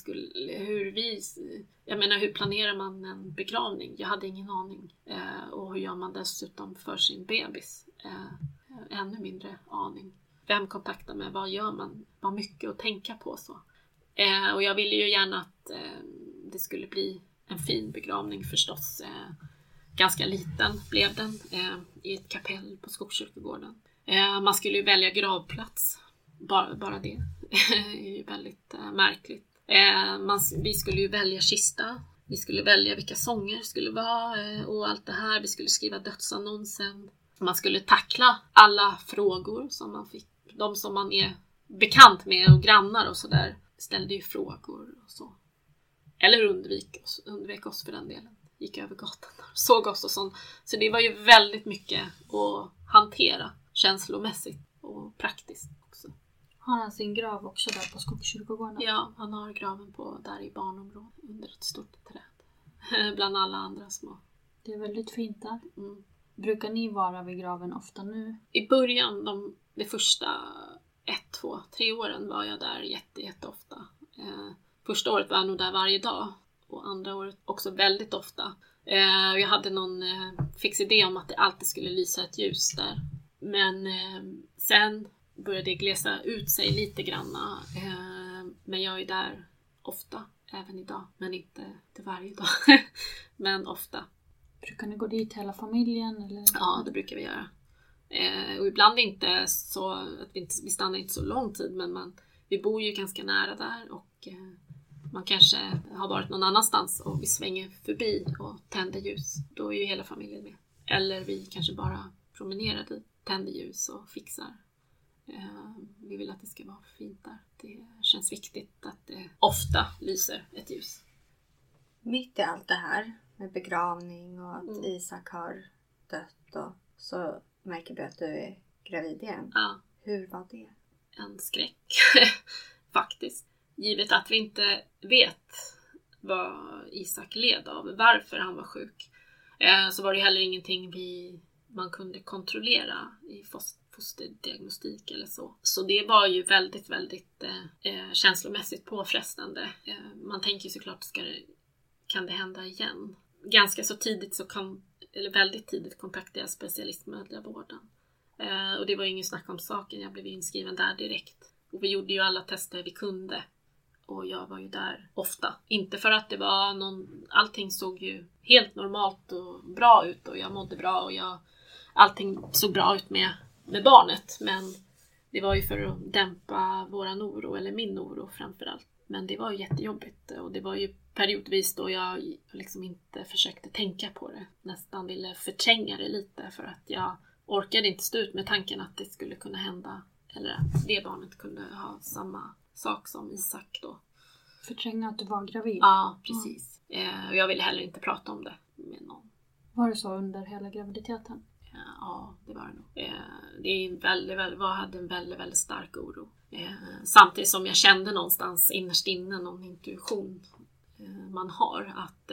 hur planerar man en begravning? Jag hade ingen aning. Och hur gör man dessutom för sin bebis? Ännu mindre aning. Vem kontaktar med? Vad gör man? Vad mycket att tänka på så. Och jag ville ju gärna att det skulle bli en fin begravning förstås. Ganska liten blev den i ett kapell på Skogskyrkogården. Man skulle ju välja gravplats. Bara det är ju väldigt märkligt. Vi skulle ju välja kista. Vi skulle välja vilka sånger skulle vara och allt det här. Vi skulle skriva dödsannonsen. Man skulle tackla alla frågor som man fick. De som man är bekant med och grannar och sådär ställde ju frågor och så. Eller undvek oss för den delen. Gick över gatan och såg oss och sånt. Så det var ju väldigt mycket att hantera känslomässigt och praktiskt också. Har han sin grav också där på Skogskyrkogården? Ja, han har graven där i barnområdet under ett stort träd. Bland alla andra små. Det är väldigt fint där. Mm. Brukar ni vara vid graven ofta nu? I början, de första 1, 2, 3 åren var jag där jätteofta. Första året var jag nog där varje dag. Och andra året också väldigt ofta. Jag hade någon fix idé om att det alltid skulle lysa ett ljus där. Men sen började det glesa ut sig lite granna. Men jag är där ofta, även idag. Men inte varje dag. Men ofta. Brukar ni gå dit hela familjen? Eller? Ja, det brukar vi göra. Och ibland inte så att vi stannar inte så lång tid. Men vi bor ju ganska nära där. Och man kanske har varit någon annanstans och vi svänger förbi och tänder ljus. Då är ju hela familjen med. Eller vi kanske bara promenerar dit, tänder ljus och fixar. Vi vill att det ska vara fint där. Det känns viktigt att det ofta lyser ett ljus. Mitt i allt det här med begravning och att Isak har dött och så märker du att du är gravid igen. Ja. Hur var det? En skräck faktiskt. Givet att vi inte vet vad Isak led av, varför han var sjuk, så var det heller ingenting man kunde kontrollera i fosterdiagnostik eller så. Så det var ju väldigt, väldigt känslomässigt påfrestande. Man tänker såklart, kan det hända igen? Ganska så tidigt väldigt tidigt kontaktade jag specialistmödravården. Och det var ingen snack om saken. Jag blev inskriven där direkt. Och vi gjorde ju alla tester vi kunde. Och jag var ju där ofta. Inte för att det var allting såg ju helt normalt och bra ut. Och jag mådde bra och allting såg bra ut med barnet. Men det var ju för att dämpa våran oro, eller min oro framförallt. Men det var ju jättejobbigt. Och det var ju periodvis då jag liksom inte försökte tänka på det. Nästan ville förtränga det lite för att jag orkade inte stå ut med tanken att det skulle kunna hända. Eller att det barnet kunde ha samma sak som Isak då. Förtränga att du var gravid? Ja, precis. Och jag ville heller inte prata om det med någon. Var det så under hela graviditeten? Ja, det var det nog. Hade en väldigt, väldigt stark oro. Samtidigt som jag kände någonstans innerst inne någon intuition man har att...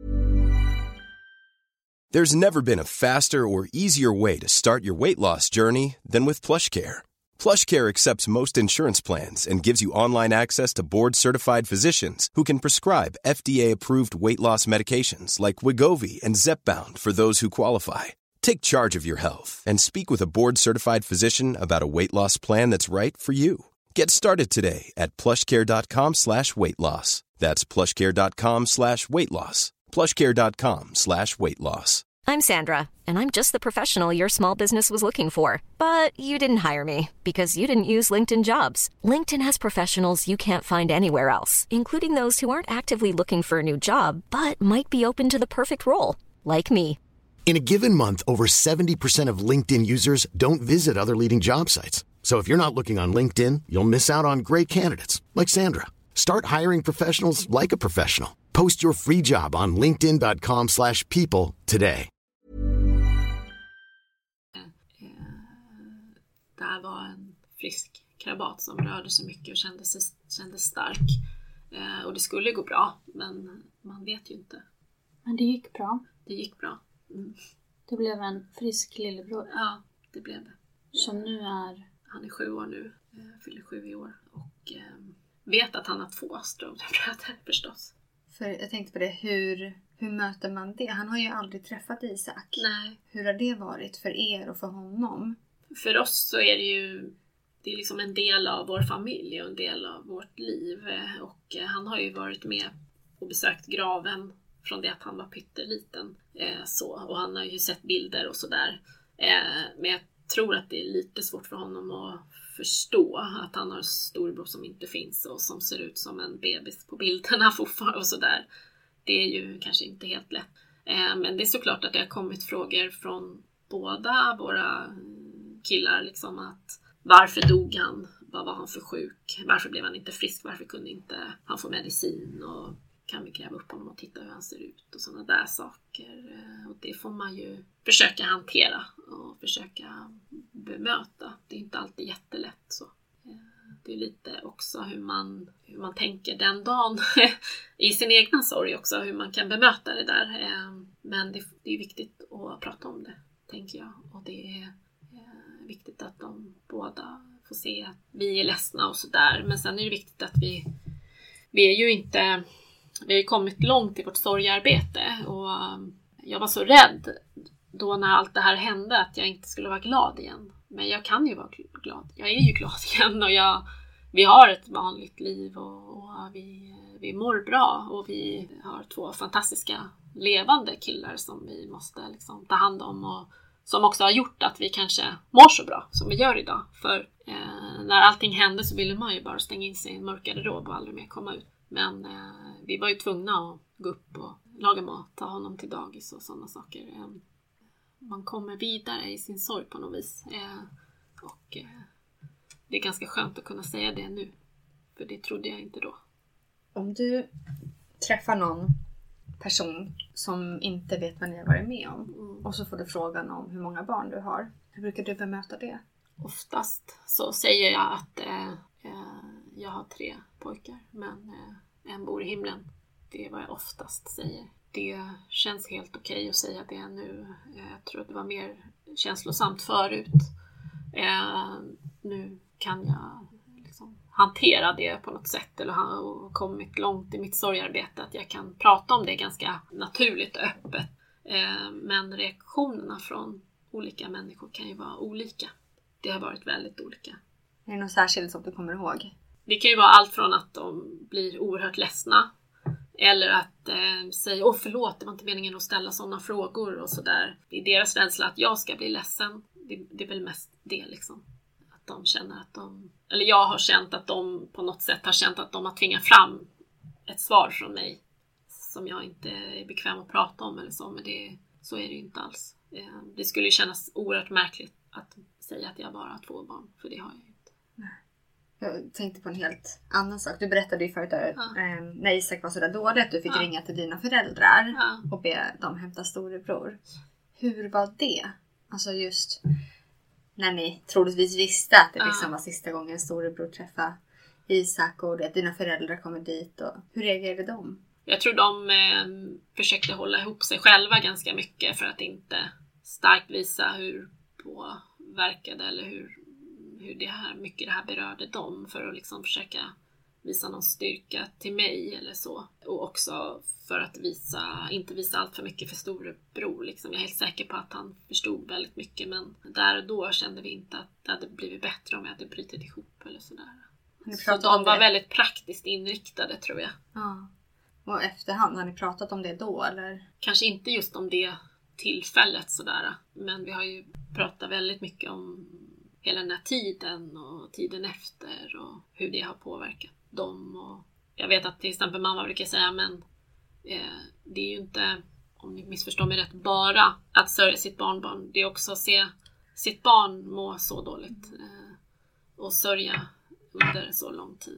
There's never been a faster or easier way to start your weight loss journey than with PlushCare. PlushCare accepts most insurance plans and gives you online access to board-certified physicians who can prescribe FDA-approved weight loss medications like Wegovy and Zepbound for those who qualify. Take charge of your health and speak with a board-certified physician about a weight loss plan that's right for you. Get started today at plushcare.com/weightloss. That's plushcare.com/weightloss. plushcare.com/weightloss. I'm Sandra, and I'm just the professional your small business was looking for. But you didn't hire me because you didn't use LinkedIn Jobs. LinkedIn has professionals you can't find anywhere else, including those who aren't actively looking for a new job, but might be open to the perfect role, like me. In a given month, over 70% of LinkedIn users don't visit other leading job sites. So if you're not looking on LinkedIn, you'll miss out on great candidates like Sandra. Start hiring professionals like a professional. Post your free job on linkedin.com/people today. Det var en frisk krabat som rörde sig mycket och kändes stark. Och det skulle gå bra, men man vet ju inte. Men det gick bra. Det gick bra. Mm. Det blev en frisk lillebror. Ja, det blev det. Som nu är... Han är 7 år nu. Fyller 7 i år. Och vet att han har 2 storebröder förstås. För jag tänkte på det, hur möter man det? Han har ju aldrig träffat Isak. Nej. Hur har det varit för er och för honom? För oss så är det är liksom en del av vår familj och en del av vårt liv. Och han har ju varit med och besökt graven från det att han var pytteliten. Och han har ju sett bilder och sådär. Men jag tror att det är lite svårt för honom att förstå att han har en storbror som inte finns och som ser ut som en bebis på bilderna fortfarande och sådär. Det är ju kanske inte helt lätt. Men det är såklart att det har kommit frågor från båda våra killar liksom, att varför dog han? Vad var han för sjuk? Varför blev han inte frisk? Varför kunde inte han få medicin? Och kan vi gräva upp honom och titta hur han ser ut? Och sådana där saker. Och det får man ju försöka hantera och försöka bemöta. Det är inte alltid jättelätt så. Det är lite också hur man tänker den dagen i sin egna sorg också. Hur man kan bemöta det där. Men det är viktigt att prata om det, tänker jag. Och det är viktigt att de båda får se att vi är ledsna och sådär. Men sen är det viktigt att vi är ju inte... Vi har ju kommit långt i vårt sorgarbete. Och jag var så rädd då när allt det här hände att jag inte skulle vara glad igen. Men jag kan ju vara glad. Jag är ju glad igen och vi har ett vanligt liv och vi mår bra. Och vi har 2 fantastiska levande killar som vi måste liksom ta hand om. Och som också har gjort att vi kanske mår så bra som vi gör idag. För när allting hände så ville man ju bara stänga in sig i en mörk garderob och aldrig mer komma ut. Men vi var ju tvungna att gå upp och laga mat, ta honom till dagis och sådana saker. Man kommer vidare i sin sorg på något vis. Och det är ganska skönt att kunna säga det nu. För det trodde jag inte då. Om du träffar någon person som inte vet vad ni har varit med om. Och så får du frågan om hur många barn du har. Hur brukar du bemöta det? Oftast så säger jag att jag har 3 pojkar, men en bor i himlen. Det är vad jag oftast säger. Det känns helt okej att säga det nu. Jag tror att det var mer känslosamt förut. Nu kan jag liksom hantera det på något sätt, eller har kommit långt i mitt sorgarbete att jag kan prata om det ganska naturligt och öppet. Men reaktionerna från olika människor kan ju vara olika. Det har varit väldigt olika. Är det något särskilt som du kommer ihåg? Det kan ju vara allt från att de blir oerhört ledsna, eller att säga förlåt, det var inte meningen att ställa sådana frågor och sådär. Det är deras rädsla att jag ska bli ledsen. Det är väl mest det liksom. Att de känner att eller jag har känt att de på något sätt har känt att de har tvingat fram ett svar från mig som jag inte är bekväm att prata om eller så. Men så är det ju inte alls. Det skulle ju kännas oerhört märkligt att säga att jag bara har 2 barn. För det har jag ju inte. Jag tänkte på en helt annan sak. Du berättade ju förut när Isak var sådär dålig att du fick ringa till dina föräldrar och be dem hämta storebror. Hur var det? Alltså just när ni troligtvis visste att det liksom var sista gången storebror träffade Isak och att dina föräldrar kommer dit. Och hur reagerade de? Jag tror de försökte hålla ihop sig själva ganska mycket för att inte starkt visa hur påverkade eller hur mycket det här berörde dem, för att liksom försöka visa någon styrka till mig eller så. Och också för att inte visa allt för mycket för storebror. Liksom. Jag är helt säker på att han förstod väldigt mycket, men där och då kände vi inte att det hade blivit bättre om jag hade brutit ihop eller sådär. Så de var väldigt praktiskt inriktade, tror jag. Ja. Och efterhand, har ni pratat om det då eller? Kanske inte just om det tillfället sådär, men vi har ju pratat väldigt mycket om hela den här tiden och tiden efter och hur det har påverkat dem. Och jag vet att till exempel mamma brukar säga, men det är ju inte, om ni missförstår mig rätt, bara att sörja sitt barnbarn. Det är också att se sitt barn må så dåligt och sörja under så lång tid.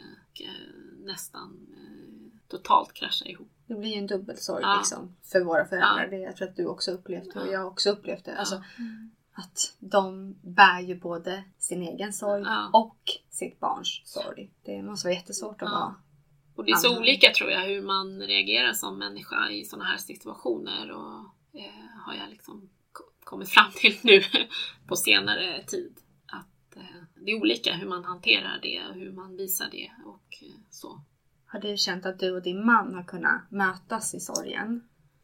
Nästan totalt krascha ihop. Det blir ju en dubbelsorg liksom, för våra föräldrar. Det jag tror att du också upplevt och jag också upplevt det. Alltså, att de bär ju både sin egen sorg och sitt barns sorg. Det måste vara jättesvårt att vara. Och det är så olika, tror jag, hur man reagerar som människa i sådana här situationer. Och har jag liksom kommit fram till nu på senare tid. Att det är olika hur man hanterar det, hur man visar det och så. Har du känt att du och din man har kunnat mötas i sorgen?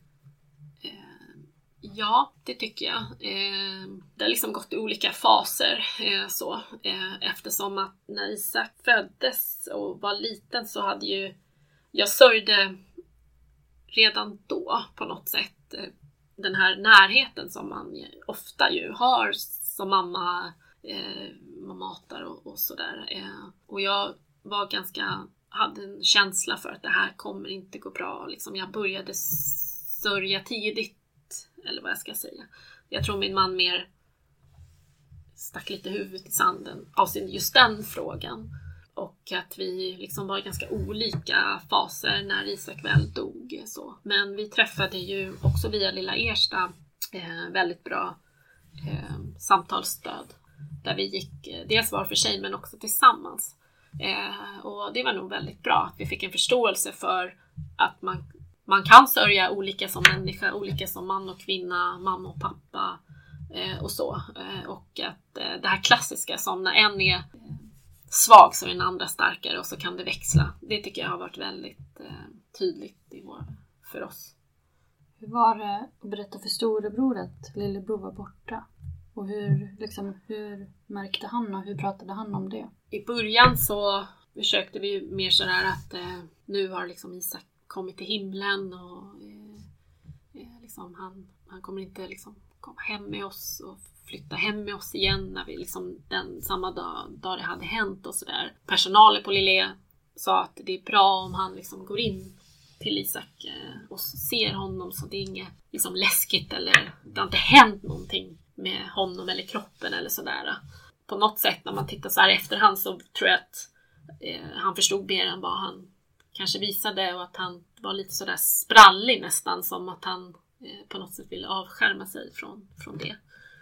Ja, det tycker jag. Det har liksom gått i olika faser eftersom att när Isak föddes och var liten så hade ju jag sörjde redan då på något sätt den här närheten som man ofta ju har som mamma, man matar och sådär. Och jag var hade en känsla för att det här kommer inte gå bra. Liksom jag började sörja tidigt, eller vad jag ska säga. Jag tror min man mer stack lite huvudet i sanden av just den frågan. Och att vi liksom var i ganska olika faser när Isak väl dog. Så. Men vi träffade ju också via Lilla Ersta väldigt bra samtalsstöd. Där vi gick dels var för sig men också tillsammans. Och det var nog väldigt bra att vi fick en förståelse för att man kan sörja olika som människa, olika som man och kvinna, mamma och pappa och så. Och att det här klassiska som när en är svag så är den andra starkare och så kan det växla. Det tycker jag har varit väldigt tydligt för oss. Hur var det att berätta för storebror att lillebror var borta? Och hur märkte han och hur pratade han om det? I början så försökte vi mer sådär att nu har liksom Isak kommit till himlen och liksom han kommer inte liksom komma hem med oss och flytta hem med oss igen när vi liksom samma dag det hade hänt och sådär. Personalen på Lille sa att det är bra om han liksom går in till Isak och ser honom så det är inget liksom läskigt eller det har inte hänt någonting med honom eller kroppen eller sådär. På något sätt när man tittar så här i efterhand så tror jag att han förstod mer än vad han kanske visade och att han var lite sådär sprallig nästan, som att han på något sätt ville avskärma sig från det.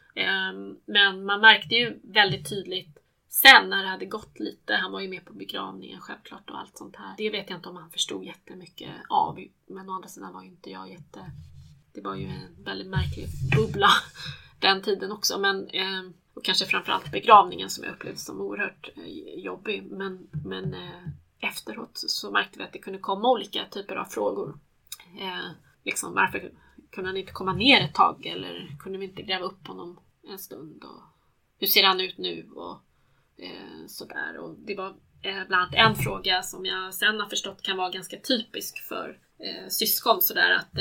Men man märkte ju väldigt tydligt sen när det hade gått lite, han var ju med på begravningen självklart och allt sånt här. Det vet jag inte om han förstod jättemycket av, men å andra sidan var ju inte jag det var ju en väldigt märklig bubbla den tiden också, men och kanske framförallt begravningen som jag upplevde som oerhört jobbig, men efteråt så märkte vi att det kunde komma olika typer av frågor. Liksom, varför kunde han inte komma ner ett tag, eller kunde vi inte gräva upp honom en stund, och hur ser han ut nu och sådär. Och det var bland annat en fråga som jag sen har förstått kan vara ganska typisk för syskon, sådär att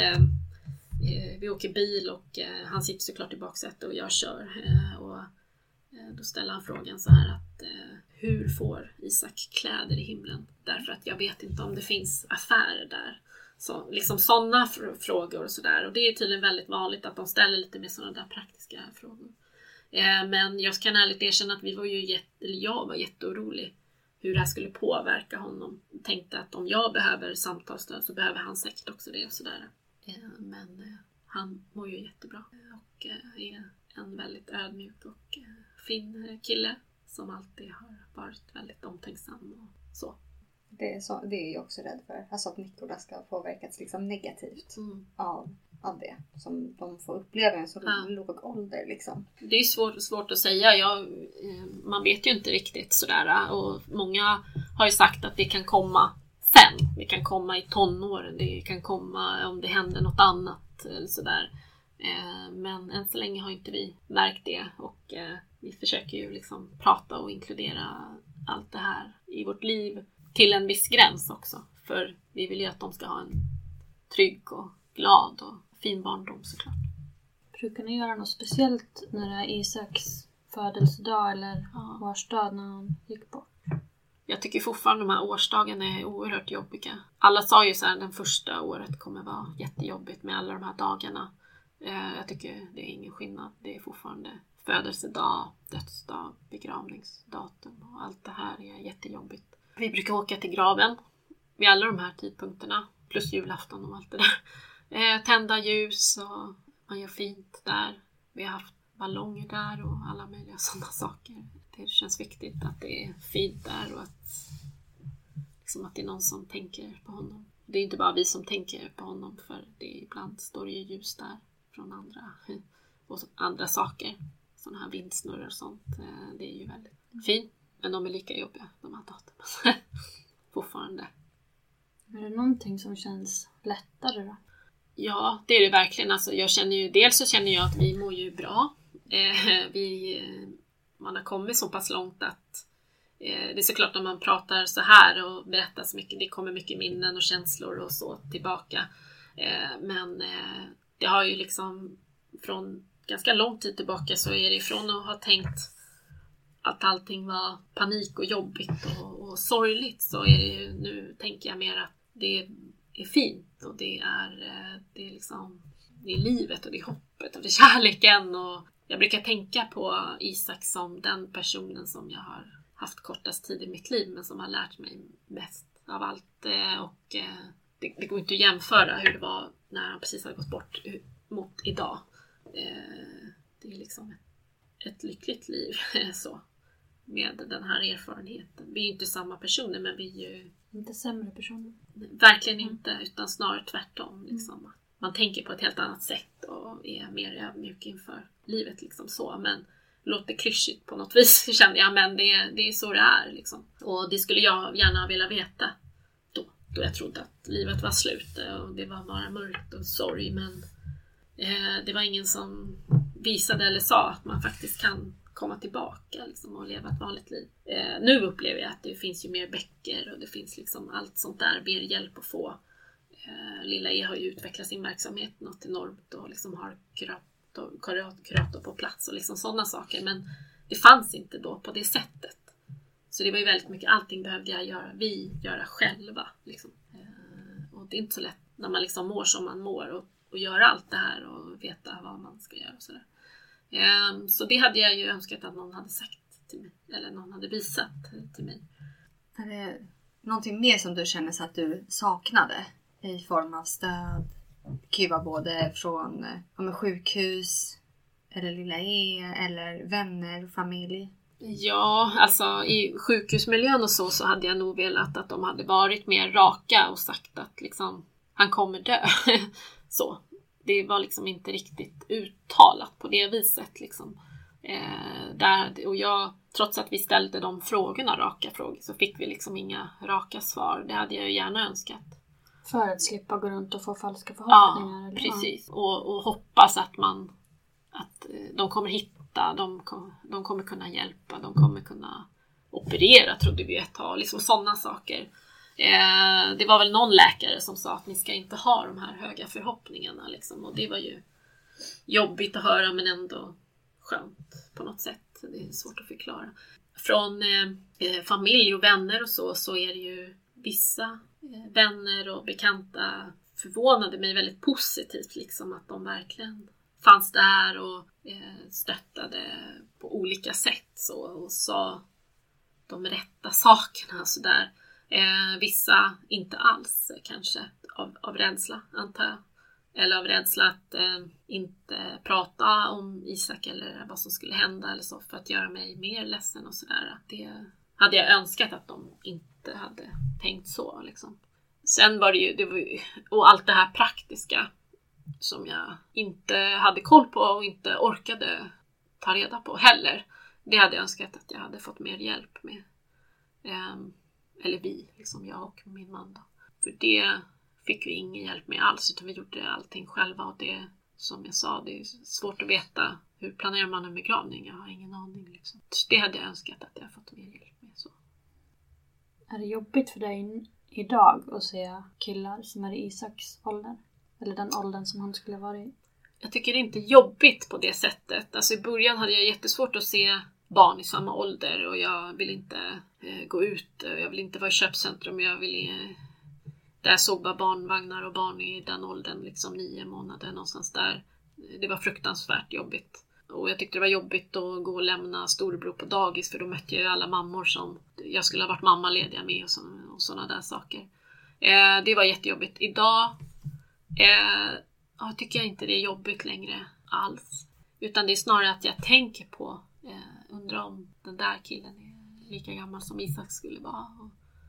vi åker bil och han sitter såklart i baksätet och jag kör, och då ställer han frågan så här att hur får Isak kläder i himlen? Därför att jag vet inte om det finns affärer där. Så liksom sådana frågor och sådär. Och det är tydligen väldigt vanligt att de ställer lite mer sådana där praktiska frågor. Men jag kan ärligt erkänna att jag var jätteorolig hur det här skulle påverka honom. Jag tänkte att om jag behöver samtalsstöd så behöver han säkert också det och sådär. Men han mår ju jättebra och är en väldigt ödmjuk och fin kille som alltid har varit väldigt omtänksam och så. Det är jag också rädd för. Alltså att Nicolas ska påverkas liksom negativt av det. Som de får uppleva en så låg ålder liksom. Det är svårt att säga. Man vet ju inte riktigt sådär. Och många har ju sagt att det kan komma sen. Det kan komma i tonåren. Det kan komma om det händer något annat eller sådär. Men än så länge har inte vi märkt det. Och vi försöker ju liksom prata och inkludera allt det här i vårt liv. Till en viss gräns också. För vi vill ju att de ska ha en trygg och glad och fin barndom såklart. Brukar ni göra något speciellt när det är Isaks födelsedag eller årsdag när han gick bort? Jag tycker fortfarande de här årsdagarna är oerhört jobbiga. Alla sa ju så här, den första året kommer vara jättejobbigt med alla de här dagarna. Jag tycker det är ingen skillnad. Det är fortfarande födelsedag, dödsdag, begravningsdatum och allt det här är jättejobbigt. Vi brukar åka till graven vid alla de här tidpunkterna. Plus julafton och allt det där. Tända ljus och man gör fint där. Vi har haft ballonger där och alla möjliga sådana saker. Det känns viktigt att det är fint där och att det är någon som tänker på honom. Det är inte bara vi som tänker på honom, för ibland står det ju ljus där från andra saker. Sådana här vindsnurror och sånt. Det är ju väldigt fint. Men de är lika jobbiga, de här datumen. Fortfarande. Är det någonting som känns lättare då? Ja, det är det verkligen. Alltså, dels så känner jag att vi mår ju bra. Man har kommit så pass långt att det är såklart när man pratar så här och berättar så mycket. Det kommer mycket minnen och känslor och så tillbaka. Men det har ju liksom från ganska lång tid tillbaka så är det ifrån att ha tänkt att allting var panik och jobbigt och sorgligt, så är det ju, nu tänker jag mer att det är fint och det är liksom, det är livet och det är hoppet och det är kärleken. Och jag brukar tänka på Isak som den personen som jag har haft kortast tid i mitt liv, men som har lärt mig mest av allt. Och det går inte att jämföra hur det var när han precis hade gått bort mot idag. Det är liksom ett lyckligt liv så. Med den här erfarenheten. Vi är inte samma personer, men vi är ju inte sämre personer. Verkligen inte, utan snarare tvärtom. Liksom. Man tänker på ett helt annat sätt och är mer ödmjuk inför livet. Liksom så. Men låter klyschigt på något vis, känner jag. Men det är så det är. Liksom. Och det skulle jag gärna vilja veta då jag trodde att livet var slut. Och det var bara mörkt och sorg. Men det var ingen som visade eller sa att man faktiskt kan komma tillbaka liksom, och leva ett vanligt liv. Nu upplever jag att det finns ju mer böcker och det finns liksom allt sånt där, mer hjälp att få. Lilla E har ju utvecklat sin verksamhet något enormt och liksom har kurator på plats och liksom sådana saker. Men det fanns inte då på det sättet. Så det var ju väldigt mycket, allting behövde jag göra själva. Liksom. Och det är inte så lätt när man liksom mår som man mår och göra allt det här och veta vad man ska göra och sådär. Så det hade jag ju önskat att någon hade sagt till mig. Eller någon hade visat till mig. någonting mer som du känner så att du saknade i form av stöd? Det kan ju vara både från sjukhus eller Lilla E eller vänner och familj. Ja, alltså i sjukhusmiljön och så hade jag nog velat att de hade varit mer raka och sagt att liksom, han kommer dö. Så. Det var liksom inte riktigt uttalat på det viset liksom. Och jag, trots att vi ställde de frågorna, raka frågor, så fick vi liksom inga raka svar. Det hade jag ju gärna önskat. För att slippa gå runt och få falska förhoppningar? Ja, eller? Precis. Och hoppas att de kommer hitta, de kommer kunna hjälpa, de kommer kunna operera, trodde vi ett tag. Liksom sådana saker. Det var väl någon läkare som sa att ni ska inte ha de här höga förhoppningarna. Liksom. Och det var ju jobbigt att höra, men ändå skönt på något sätt. Det är svårt att förklara. Från familj och vänner och så är det ju vissa vänner och bekanta förvånade mig väldigt positivt. Liksom, att de verkligen fanns där och stöttade på olika sätt och sa de rätta sakerna. Så där. Vissa inte alls kanske av rädsla, antar jag. Eller av rädsla att inte prata om Isak eller vad som skulle hända eller så, för att göra mig mer ledsen och sådär. Det hade jag önskat att de inte hade tänkt så liksom. Sen var det var och allt det här praktiska som jag inte hade koll på och inte orkade ta reda på heller. Det hade jag önskat att jag hade fått mer hjälp med. Eller vi, liksom jag och min man då. För det fick vi ingen hjälp med alls, utan vi gjorde allting själva. Och det, som jag sa, det är svårt att veta hur planerar man en begravning. Jag har ingen aning liksom. Så det hade jag önskat att jag fått mer hjälp med. Så. Är det jobbigt för dig idag att se killar som är i Isaks ålder? Eller den åldern som han skulle vara i? Jag tycker det är inte jobbigt på det sättet. Alltså i början hade jag jättesvårt att se barn i samma ålder. Och jag vill inte gå ut. Jag vill inte vara i köpcentrum. Där jag såg bara barnvagnar och barn i den åldern. Liksom 9 månader någonstans där. Det var fruktansvärt jobbigt. Och jag tyckte det var jobbigt att gå och lämna storebror på dagis. För då mötte jag ju alla mammor som jag skulle ha varit mammalediga med. Och sådana där saker. Det var jättejobbigt. Idag tycker jag inte det är jobbigt längre alls. Utan det är snarare att jag tänker på. Undrar om den där killen är lika gammal som Isak skulle vara. Och,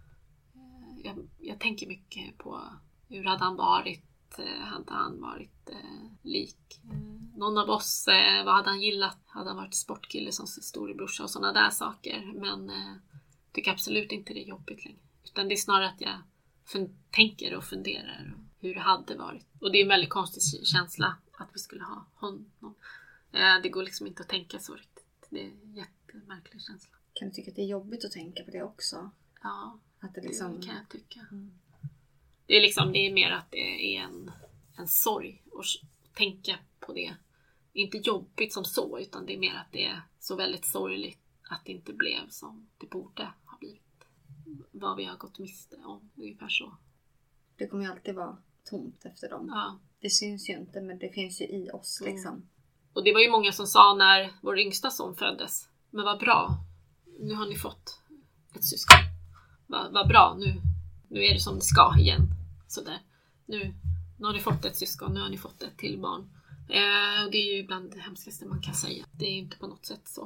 jag tänker mycket på hur hade han varit. Hade han varit lik någon av oss? Vad hade han gillat? Hade han varit sportkille som storebrorsa och sådana där saker. Men tycker absolut inte det är jobbigt längre. Utan det är snarare att jag tänker och funderar hur det hade varit. Och det är en väldigt konstig känsla att vi skulle ha honom. Det går liksom inte att tänka så riktigt. Det är en jättemärklig känsla. Kan du tycka att det är jobbigt att tänka på det också? Ja, att det liksom... kan jag tycka. Det är mer att det är en sorg att tänka på det. Inte jobbigt som så, utan det är mer att det är så väldigt sorgligt att det inte blev som det borde ha blivit. Vad vi har gått miste om, ungefär så. Det kommer ju alltid vara tomt efter dem. Ja. Det syns ju inte, men det finns ju i oss liksom. Och det var ju många som sa när vår yngsta son föddes. Men vad bra, nu har ni fått ett syskon. Vad bra, nu är det som det ska igen. Sådär. Nu har ni fått ett syskon, nu har ni fått ett till barn. Och det är ju bland det hemskaste man kan säga. Det är ju inte på något sätt så.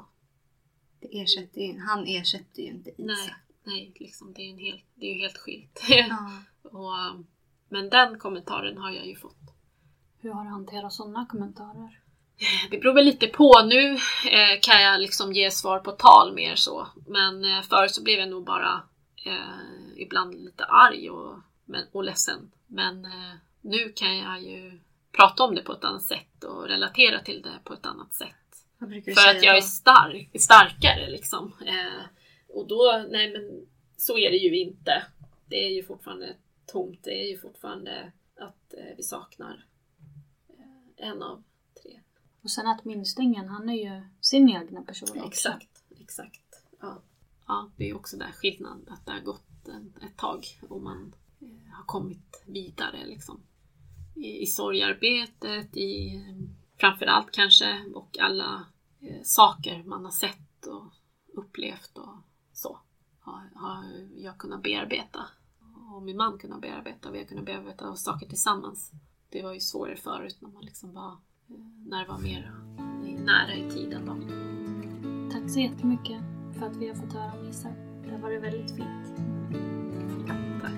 Han ersätter ju inte Isak. Nej, liksom, det är ju helt skilt. Ja. Men den kommentaren har jag ju fått. Hur har du hanterat sådana kommentarer? Det beror väl lite på. Nu kan jag liksom ge svar på tal mer så. Men förr så blev jag nog bara ibland lite arg och ledsen. Men nu kan jag ju prata om det på ett annat sätt och relatera till det på ett annat sätt. För att jag är starkare liksom. Och då, nej men så är det ju inte. Det är ju fortfarande tomt. Det är ju fortfarande att vi saknar en av 3. Och sen att minstingen, han är ju sin egna person också. Exakt. Ja, det är också där skillnad. Att det har gått ett tag och man har kommit vidare liksom. I sorgarbetet, framförallt kanske, och alla saker man har sett och upplevt och så har har jag kunnat bearbeta. Och min man kunnat bearbeta. Vi har kunnat bearbeta saker tillsammans. Det var ju svårare förut när man liksom när det var mer nära i tiden då. Tack så jättemycket för att vi har fått höra om Isak. Det har varit väldigt fint. Tack.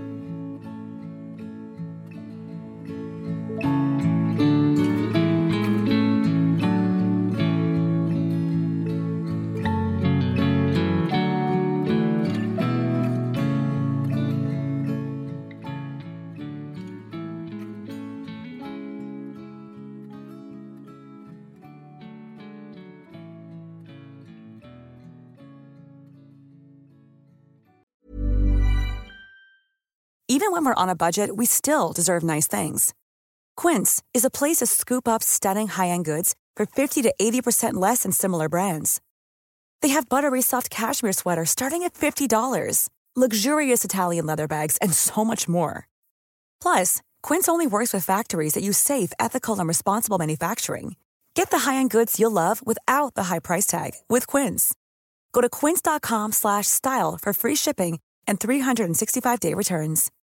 Even when we're on a budget, we still deserve nice things. Quince is a place to scoop up stunning high-end goods for 50 to 80% less than similar brands. They have buttery soft cashmere sweaters starting at $50, luxurious Italian leather bags, and so much more. Plus, Quince only works with factories that use safe, ethical, and responsible manufacturing. Get the high-end goods you'll love without the high price tag with Quince. Go to quince.com/style for free shipping and 365-day returns.